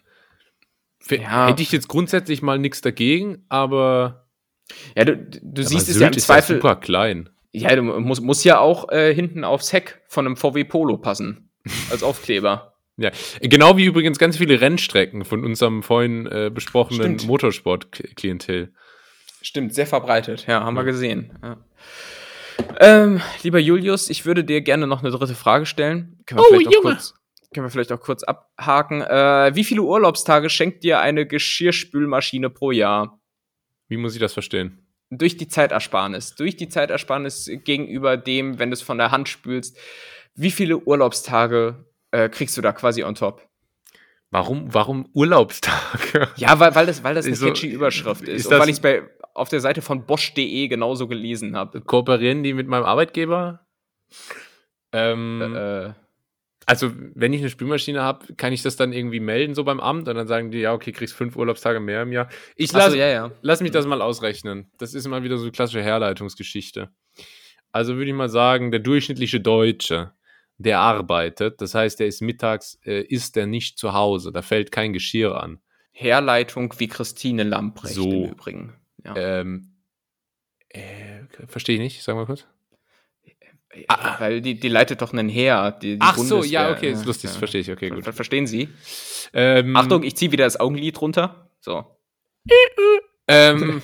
[SPEAKER 1] f-
[SPEAKER 2] Ja.
[SPEAKER 1] Hätte ich jetzt grundsätzlich mal nichts dagegen, aber.
[SPEAKER 2] ja, du, du
[SPEAKER 1] aber
[SPEAKER 2] siehst es
[SPEAKER 1] Sylt
[SPEAKER 2] ja im
[SPEAKER 1] ist
[SPEAKER 2] Zweifel.
[SPEAKER 1] Ja super klein.
[SPEAKER 2] Ja, du musst muss ja auch äh, hinten aufs Heck von einem V W Polo passen. Als Aufkleber.
[SPEAKER 1] Ja, genau wie übrigens ganz viele Rennstrecken von unserem vorhin äh, besprochenen
[SPEAKER 2] Stimmt.
[SPEAKER 1] Motorsport-Klientel.
[SPEAKER 2] Stimmt, sehr verbreitet. Ja, haben wir gesehen. Ja. Ähm, lieber Julius, ich würde dir gerne noch eine dritte Frage stellen. Können wir,
[SPEAKER 1] Oh,
[SPEAKER 2] vielleicht, auch
[SPEAKER 1] Junge.
[SPEAKER 2] kurz, können wir vielleicht auch kurz abhaken. Äh, wie viele Urlaubstage schenkt dir eine Geschirrspülmaschine pro Jahr?
[SPEAKER 1] Wie muss ich das verstehen?
[SPEAKER 2] Durch die Zeitersparnis. Durch die Zeitersparnis gegenüber dem, wenn du es von der Hand spülst. Wie viele Urlaubstage äh, kriegst du da quasi on top?
[SPEAKER 1] Warum, warum Urlaubstage?
[SPEAKER 2] Ja, weil, weil das, weil das eine
[SPEAKER 1] So,
[SPEAKER 2] catchy Überschrift ist.
[SPEAKER 1] ist
[SPEAKER 2] und weil
[SPEAKER 1] das-
[SPEAKER 2] ich es bei auf der Seite von bosch punkt de genauso gelesen habe.
[SPEAKER 1] Kooperieren die mit meinem Arbeitgeber? Ähm,
[SPEAKER 2] Äh,
[SPEAKER 1] also, wenn ich eine Spülmaschine habe, kann ich das dann irgendwie melden, so beim Amt, und dann sagen die, ja, okay, kriegst fünf Urlaubstage mehr im Jahr. Ich
[SPEAKER 2] Ach so,
[SPEAKER 1] lass,
[SPEAKER 2] ja, ja.
[SPEAKER 1] lass mich das mal ausrechnen. Das ist immer wieder so eine klassische Herleitungsgeschichte. Also würde ich mal sagen, der durchschnittliche Deutsche, der arbeitet, das heißt, der ist mittags, äh, ist der nicht zu Hause, da fällt kein Geschirr an.
[SPEAKER 2] Herleitung wie Christine Lamprecht
[SPEAKER 1] So.
[SPEAKER 2] im Übrigen. Ja.
[SPEAKER 1] Ähm, äh, verstehe ich nicht, sag mal kurz.
[SPEAKER 2] Ah, weil die, die leitet doch einen Heer. Die, die
[SPEAKER 1] Ach so,
[SPEAKER 2] Bundeswehr.
[SPEAKER 1] ja, okay, ist lustig, verstehe ich, okay, gut.
[SPEAKER 2] Ver Verstehen Sie?
[SPEAKER 1] Ähm,
[SPEAKER 2] Achtung, ich ziehe wieder das Augenlid runter. So.
[SPEAKER 1] Ähm,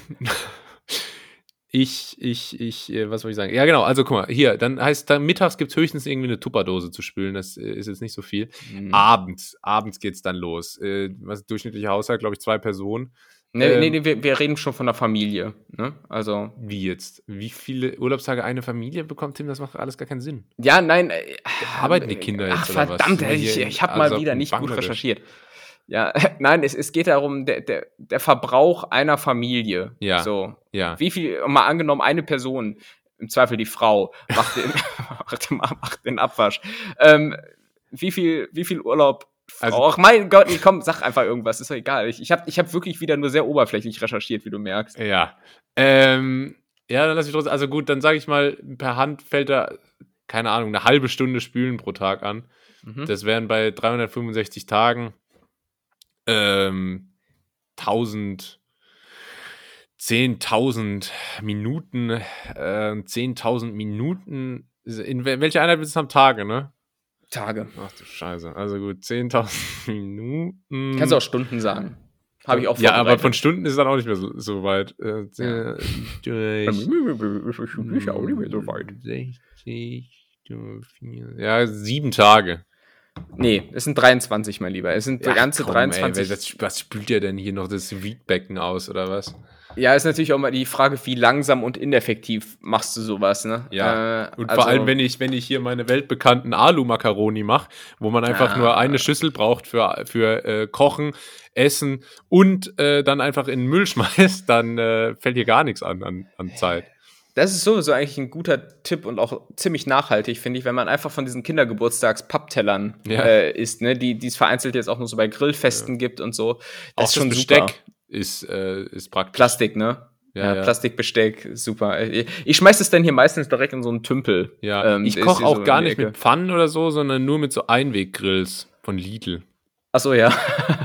[SPEAKER 1] ich, ich, ich, äh, was soll ich sagen? Ja, genau, also guck mal, hier, dann heißt, dann mittags gibt es höchstens irgendwie eine Tupperdose zu spülen, das äh, ist jetzt nicht so viel.
[SPEAKER 2] Mhm.
[SPEAKER 1] Abends, abends geht's dann los. Äh, was durchschnittlicher Haushalt, glaube ich, zwei Personen.
[SPEAKER 2] Nee,
[SPEAKER 1] ähm,
[SPEAKER 2] nee, nee wir, wir reden schon von der Familie. Ne? Also.
[SPEAKER 1] Wie jetzt? Wie viele Urlaubstage eine Familie bekommt, Tim? Das macht alles gar keinen Sinn.
[SPEAKER 2] Ja, nein. Äh,
[SPEAKER 1] Arbeiten die Kinder
[SPEAKER 2] ach,
[SPEAKER 1] jetzt oder was?
[SPEAKER 2] verdammt,
[SPEAKER 1] Sind die
[SPEAKER 2] ich,
[SPEAKER 1] hier
[SPEAKER 2] ich habe
[SPEAKER 1] in-
[SPEAKER 2] mal
[SPEAKER 1] also
[SPEAKER 2] wieder
[SPEAKER 1] in
[SPEAKER 2] nicht gut
[SPEAKER 1] Bangladesch?
[SPEAKER 2] recherchiert. Ja, nein, es, es geht darum, der, der, der Verbrauch einer Familie.
[SPEAKER 1] Ja.
[SPEAKER 2] So.
[SPEAKER 1] Ja.
[SPEAKER 2] Wie viel, mal angenommen, eine Person, im Zweifel die Frau, macht den, macht, macht den Abwasch. Ähm, wie viel, wie viel Urlaub?
[SPEAKER 1] Also-
[SPEAKER 2] Ach mein Gott, nee, komm, sag einfach irgendwas, ist doch egal. Ich, ich habe ich hab wirklich wieder nur sehr oberflächlich recherchiert, wie du merkst.
[SPEAKER 1] Ja. Ähm, ja, dann lass ich trotzdem, also gut, dann sage ich mal, per Hand fällt da, keine Ahnung, eine halbe Stunde Spülen pro Tag an.
[SPEAKER 2] Mhm.
[SPEAKER 1] Das wären bei dreihundertfünfundsechzig Tagen ähm, tausend, zehntausend Minuten, äh, zehntausend Minuten, in wel- welche Einheit ist es am Tage, ne?
[SPEAKER 2] Tage.
[SPEAKER 1] Ach du Scheiße, also gut, zehntausend Minuten.
[SPEAKER 2] Kannst du auch Stunden sagen. Habe ich auch
[SPEAKER 1] Ja, aber
[SPEAKER 2] vorbereitet.
[SPEAKER 1] von Stunden ist dann auch nicht mehr so, so weit. Äh,
[SPEAKER 2] Ja.
[SPEAKER 1] durch
[SPEAKER 2] Ist auch nicht mehr so weit.
[SPEAKER 1] sechzig, durch vier, ja, sieben Tage.
[SPEAKER 2] Nee, es sind dreiundzwanzig, mein Lieber. Es sind
[SPEAKER 1] Ja,
[SPEAKER 2] ganze
[SPEAKER 1] komm,
[SPEAKER 2] dreiundzwanzig.
[SPEAKER 1] Ey, was, was spült ihr denn hier noch das Weedbecken aus, oder was?
[SPEAKER 2] Ja, ist natürlich auch mal die Frage, wie langsam und ineffektiv machst du sowas, ne?
[SPEAKER 1] Ja,
[SPEAKER 2] äh,
[SPEAKER 1] und
[SPEAKER 2] also,
[SPEAKER 1] vor allem, wenn ich, wenn ich hier meine weltbekannten Alu-Macaroni mache, wo man einfach
[SPEAKER 2] Ah.
[SPEAKER 1] nur eine Schüssel braucht für, für äh, Kochen, Essen und äh, dann einfach in den Müll schmeißt, dann äh, fällt hier gar nichts an, an, an Zeit.
[SPEAKER 2] Das ist sowieso eigentlich ein guter Tipp und auch ziemlich nachhaltig, finde ich, wenn man einfach von diesen Kindergeburtstags-Papptellern
[SPEAKER 1] Ja.
[SPEAKER 2] äh, isst, ne? Die die es vereinzelt jetzt auch nur so bei Grillfesten gibt und so.
[SPEAKER 1] Auch
[SPEAKER 2] ist
[SPEAKER 1] das Besteck ist, äh, ist praktisch.
[SPEAKER 2] Plastik, ne?
[SPEAKER 1] Ja,
[SPEAKER 2] Ja,
[SPEAKER 1] ja.
[SPEAKER 2] Plastikbesteck, super. Ich, ich schmeiß es dann hier meistens direkt in so einen Tümpel.
[SPEAKER 1] Ja,
[SPEAKER 2] Ähm,
[SPEAKER 1] ich
[SPEAKER 2] der ist
[SPEAKER 1] koche
[SPEAKER 2] hier
[SPEAKER 1] auch
[SPEAKER 2] so in
[SPEAKER 1] gar
[SPEAKER 2] die
[SPEAKER 1] nicht
[SPEAKER 2] Ecke.
[SPEAKER 1] mit Pfannen oder so, sondern nur mit so Einweggrills von Lidl.
[SPEAKER 2] Ach so, ja.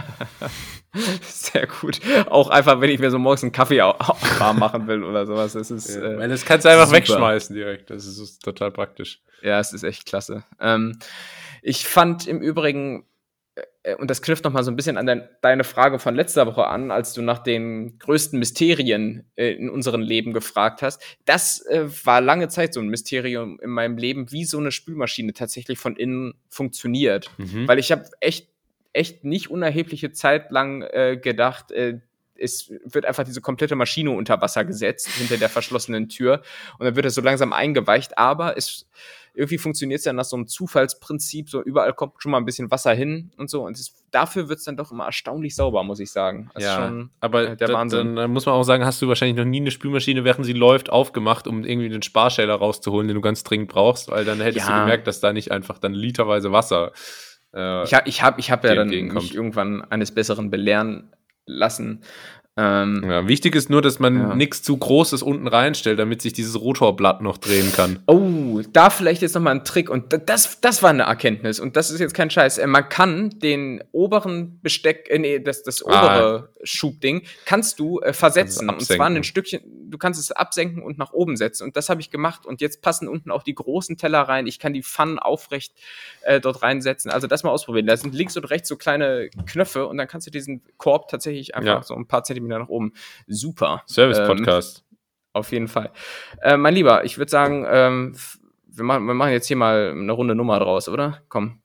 [SPEAKER 2] Sehr gut. Auch einfach, wenn ich mir so morgens einen Kaffee au- au- warm machen will oder sowas. Das ist,
[SPEAKER 1] Ja,
[SPEAKER 2] äh,
[SPEAKER 1] weil das kannst du einfach
[SPEAKER 2] super.
[SPEAKER 1] wegschmeißen direkt. Das ist, ist total praktisch.
[SPEAKER 2] Ja, es ist echt klasse. Ähm, ich fand im Übrigen, äh, und das knüpft noch mal so ein bisschen an dein, deine Frage von letzter Woche an, als du nach den größten Mysterien äh, in unserem Leben gefragt hast. Das äh, war lange Zeit so ein Mysterium in meinem Leben, wie so eine Spülmaschine tatsächlich von innen funktioniert.
[SPEAKER 1] Mhm.
[SPEAKER 2] Weil ich habe echt, echt nicht unerhebliche Zeit lang äh, gedacht, äh, es wird einfach diese komplette Maschine unter Wasser gesetzt, hinter der verschlossenen Tür. Und dann wird es so langsam eingeweicht. Aber es irgendwie funktioniert es ja nach so einem Zufallsprinzip. So überall kommt schon mal ein bisschen Wasser hin und so. Und es, dafür wird es dann doch immer erstaunlich sauber, muss ich sagen. Das ist schon
[SPEAKER 1] aber
[SPEAKER 2] äh, der
[SPEAKER 1] da,
[SPEAKER 2] Wahnsinn.
[SPEAKER 1] dann muss man auch sagen, hast du wahrscheinlich noch nie eine Spülmaschine, während sie läuft, aufgemacht, um irgendwie den Sparschäler rauszuholen, den du ganz dringend brauchst, weil dann hättest
[SPEAKER 2] Ja.
[SPEAKER 1] du gemerkt, dass da nicht einfach dann literweise Wasser äh,
[SPEAKER 2] Ich habe ich hab, ich hab ja
[SPEAKER 1] dir
[SPEAKER 2] dann
[SPEAKER 1] entgegenkommt.
[SPEAKER 2] mich irgendwann eines Besseren belehren lassen. Ähm,
[SPEAKER 1] ja, wichtig ist nur, dass man
[SPEAKER 2] Ja.
[SPEAKER 1] nichts zu Großes unten reinstellt, damit sich dieses Rotorblatt noch drehen kann.
[SPEAKER 2] Oh, da vielleicht jetzt nochmal ein Trick. Und da- das, das war eine Erkenntnis. Und das ist jetzt kein Scheiß. Äh, Man kann den oberen Besteck, äh, nee, das, das obere Schubding, kannst du äh, versetzen. Und
[SPEAKER 1] Kannst du
[SPEAKER 2] zwar
[SPEAKER 1] absenken.
[SPEAKER 2] ein Stückchen, du kannst es absenken und nach oben setzen. Und das habe ich gemacht. Und jetzt passen unten auch die großen Teller rein. Ich kann die Pfannen aufrecht äh, dort reinsetzen. Also das mal ausprobieren. Da sind links und rechts so kleine Knöpfe. Und dann kannst du diesen Korb tatsächlich einfach
[SPEAKER 1] Ja.
[SPEAKER 2] so ein paar Zentimeter nach oben. Super. Ähm,
[SPEAKER 1] Service-Podcast.
[SPEAKER 2] auf jeden Fall. Äh, mein Lieber, ich würde sagen, ähm, f- wir, machen, wir machen jetzt hier mal eine runde Nummer draus, oder? Komm.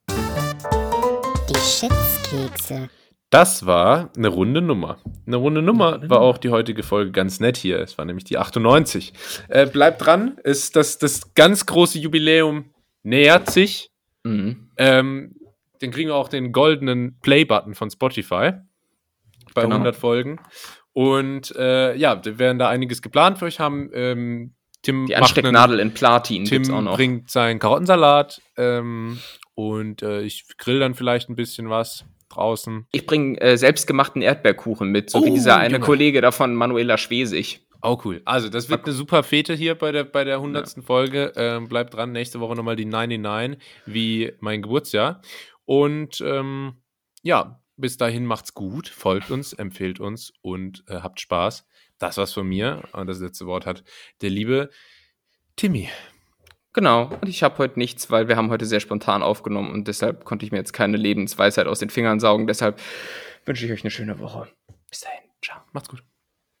[SPEAKER 3] Die Schätzkekse.
[SPEAKER 1] Das war eine runde Nummer. Eine runde Nummer war auch die heutige Folge ganz nett hier. Es war nämlich die achtundneunzig. Äh, bleibt dran, ist das, das ganz große Jubiläum nähert sich.
[SPEAKER 2] Mhm.
[SPEAKER 1] Ähm, dann kriegen wir auch den goldenen Play-Button von Spotify bei
[SPEAKER 2] Genau.
[SPEAKER 1] hundert Folgen. Und äh, ja, wir werden da einiges geplant für euch haben. Ähm, Tim
[SPEAKER 2] Die
[SPEAKER 1] macht
[SPEAKER 2] Anstecknadel in Platin
[SPEAKER 1] einen,
[SPEAKER 2] gibt's auch
[SPEAKER 1] Tim
[SPEAKER 2] noch.
[SPEAKER 1] bringt seinen Karottensalat ähm, und äh, ich grill dann vielleicht ein bisschen was draußen.
[SPEAKER 2] Ich bringe äh, selbstgemachten Erdbeerkuchen mit, so wie
[SPEAKER 1] Oh,
[SPEAKER 2] dieser eine
[SPEAKER 1] genau.
[SPEAKER 2] Kollege davon, Manuela Schwesig.
[SPEAKER 1] Oh, cool. Also, das wird eine super Fete hier bei der, bei der hundertsten Folge. Ähm, bleibt dran, nächste Woche nochmal die neunundneunzig, wie mein Geburtsjahr. Und ähm, ja, bis dahin macht's gut, folgt uns, empfehlt uns und äh, habt Spaß. Das war's von mir. Und das letzte Wort hat der liebe Timmy.
[SPEAKER 2] Genau, und ich habe heute nichts, weil wir haben heute sehr spontan aufgenommen und deshalb konnte ich mir jetzt keine Lebensweisheit aus den Fingern saugen. Deshalb wünsche ich euch eine schöne Woche. Bis dahin, ciao.
[SPEAKER 1] Macht's gut.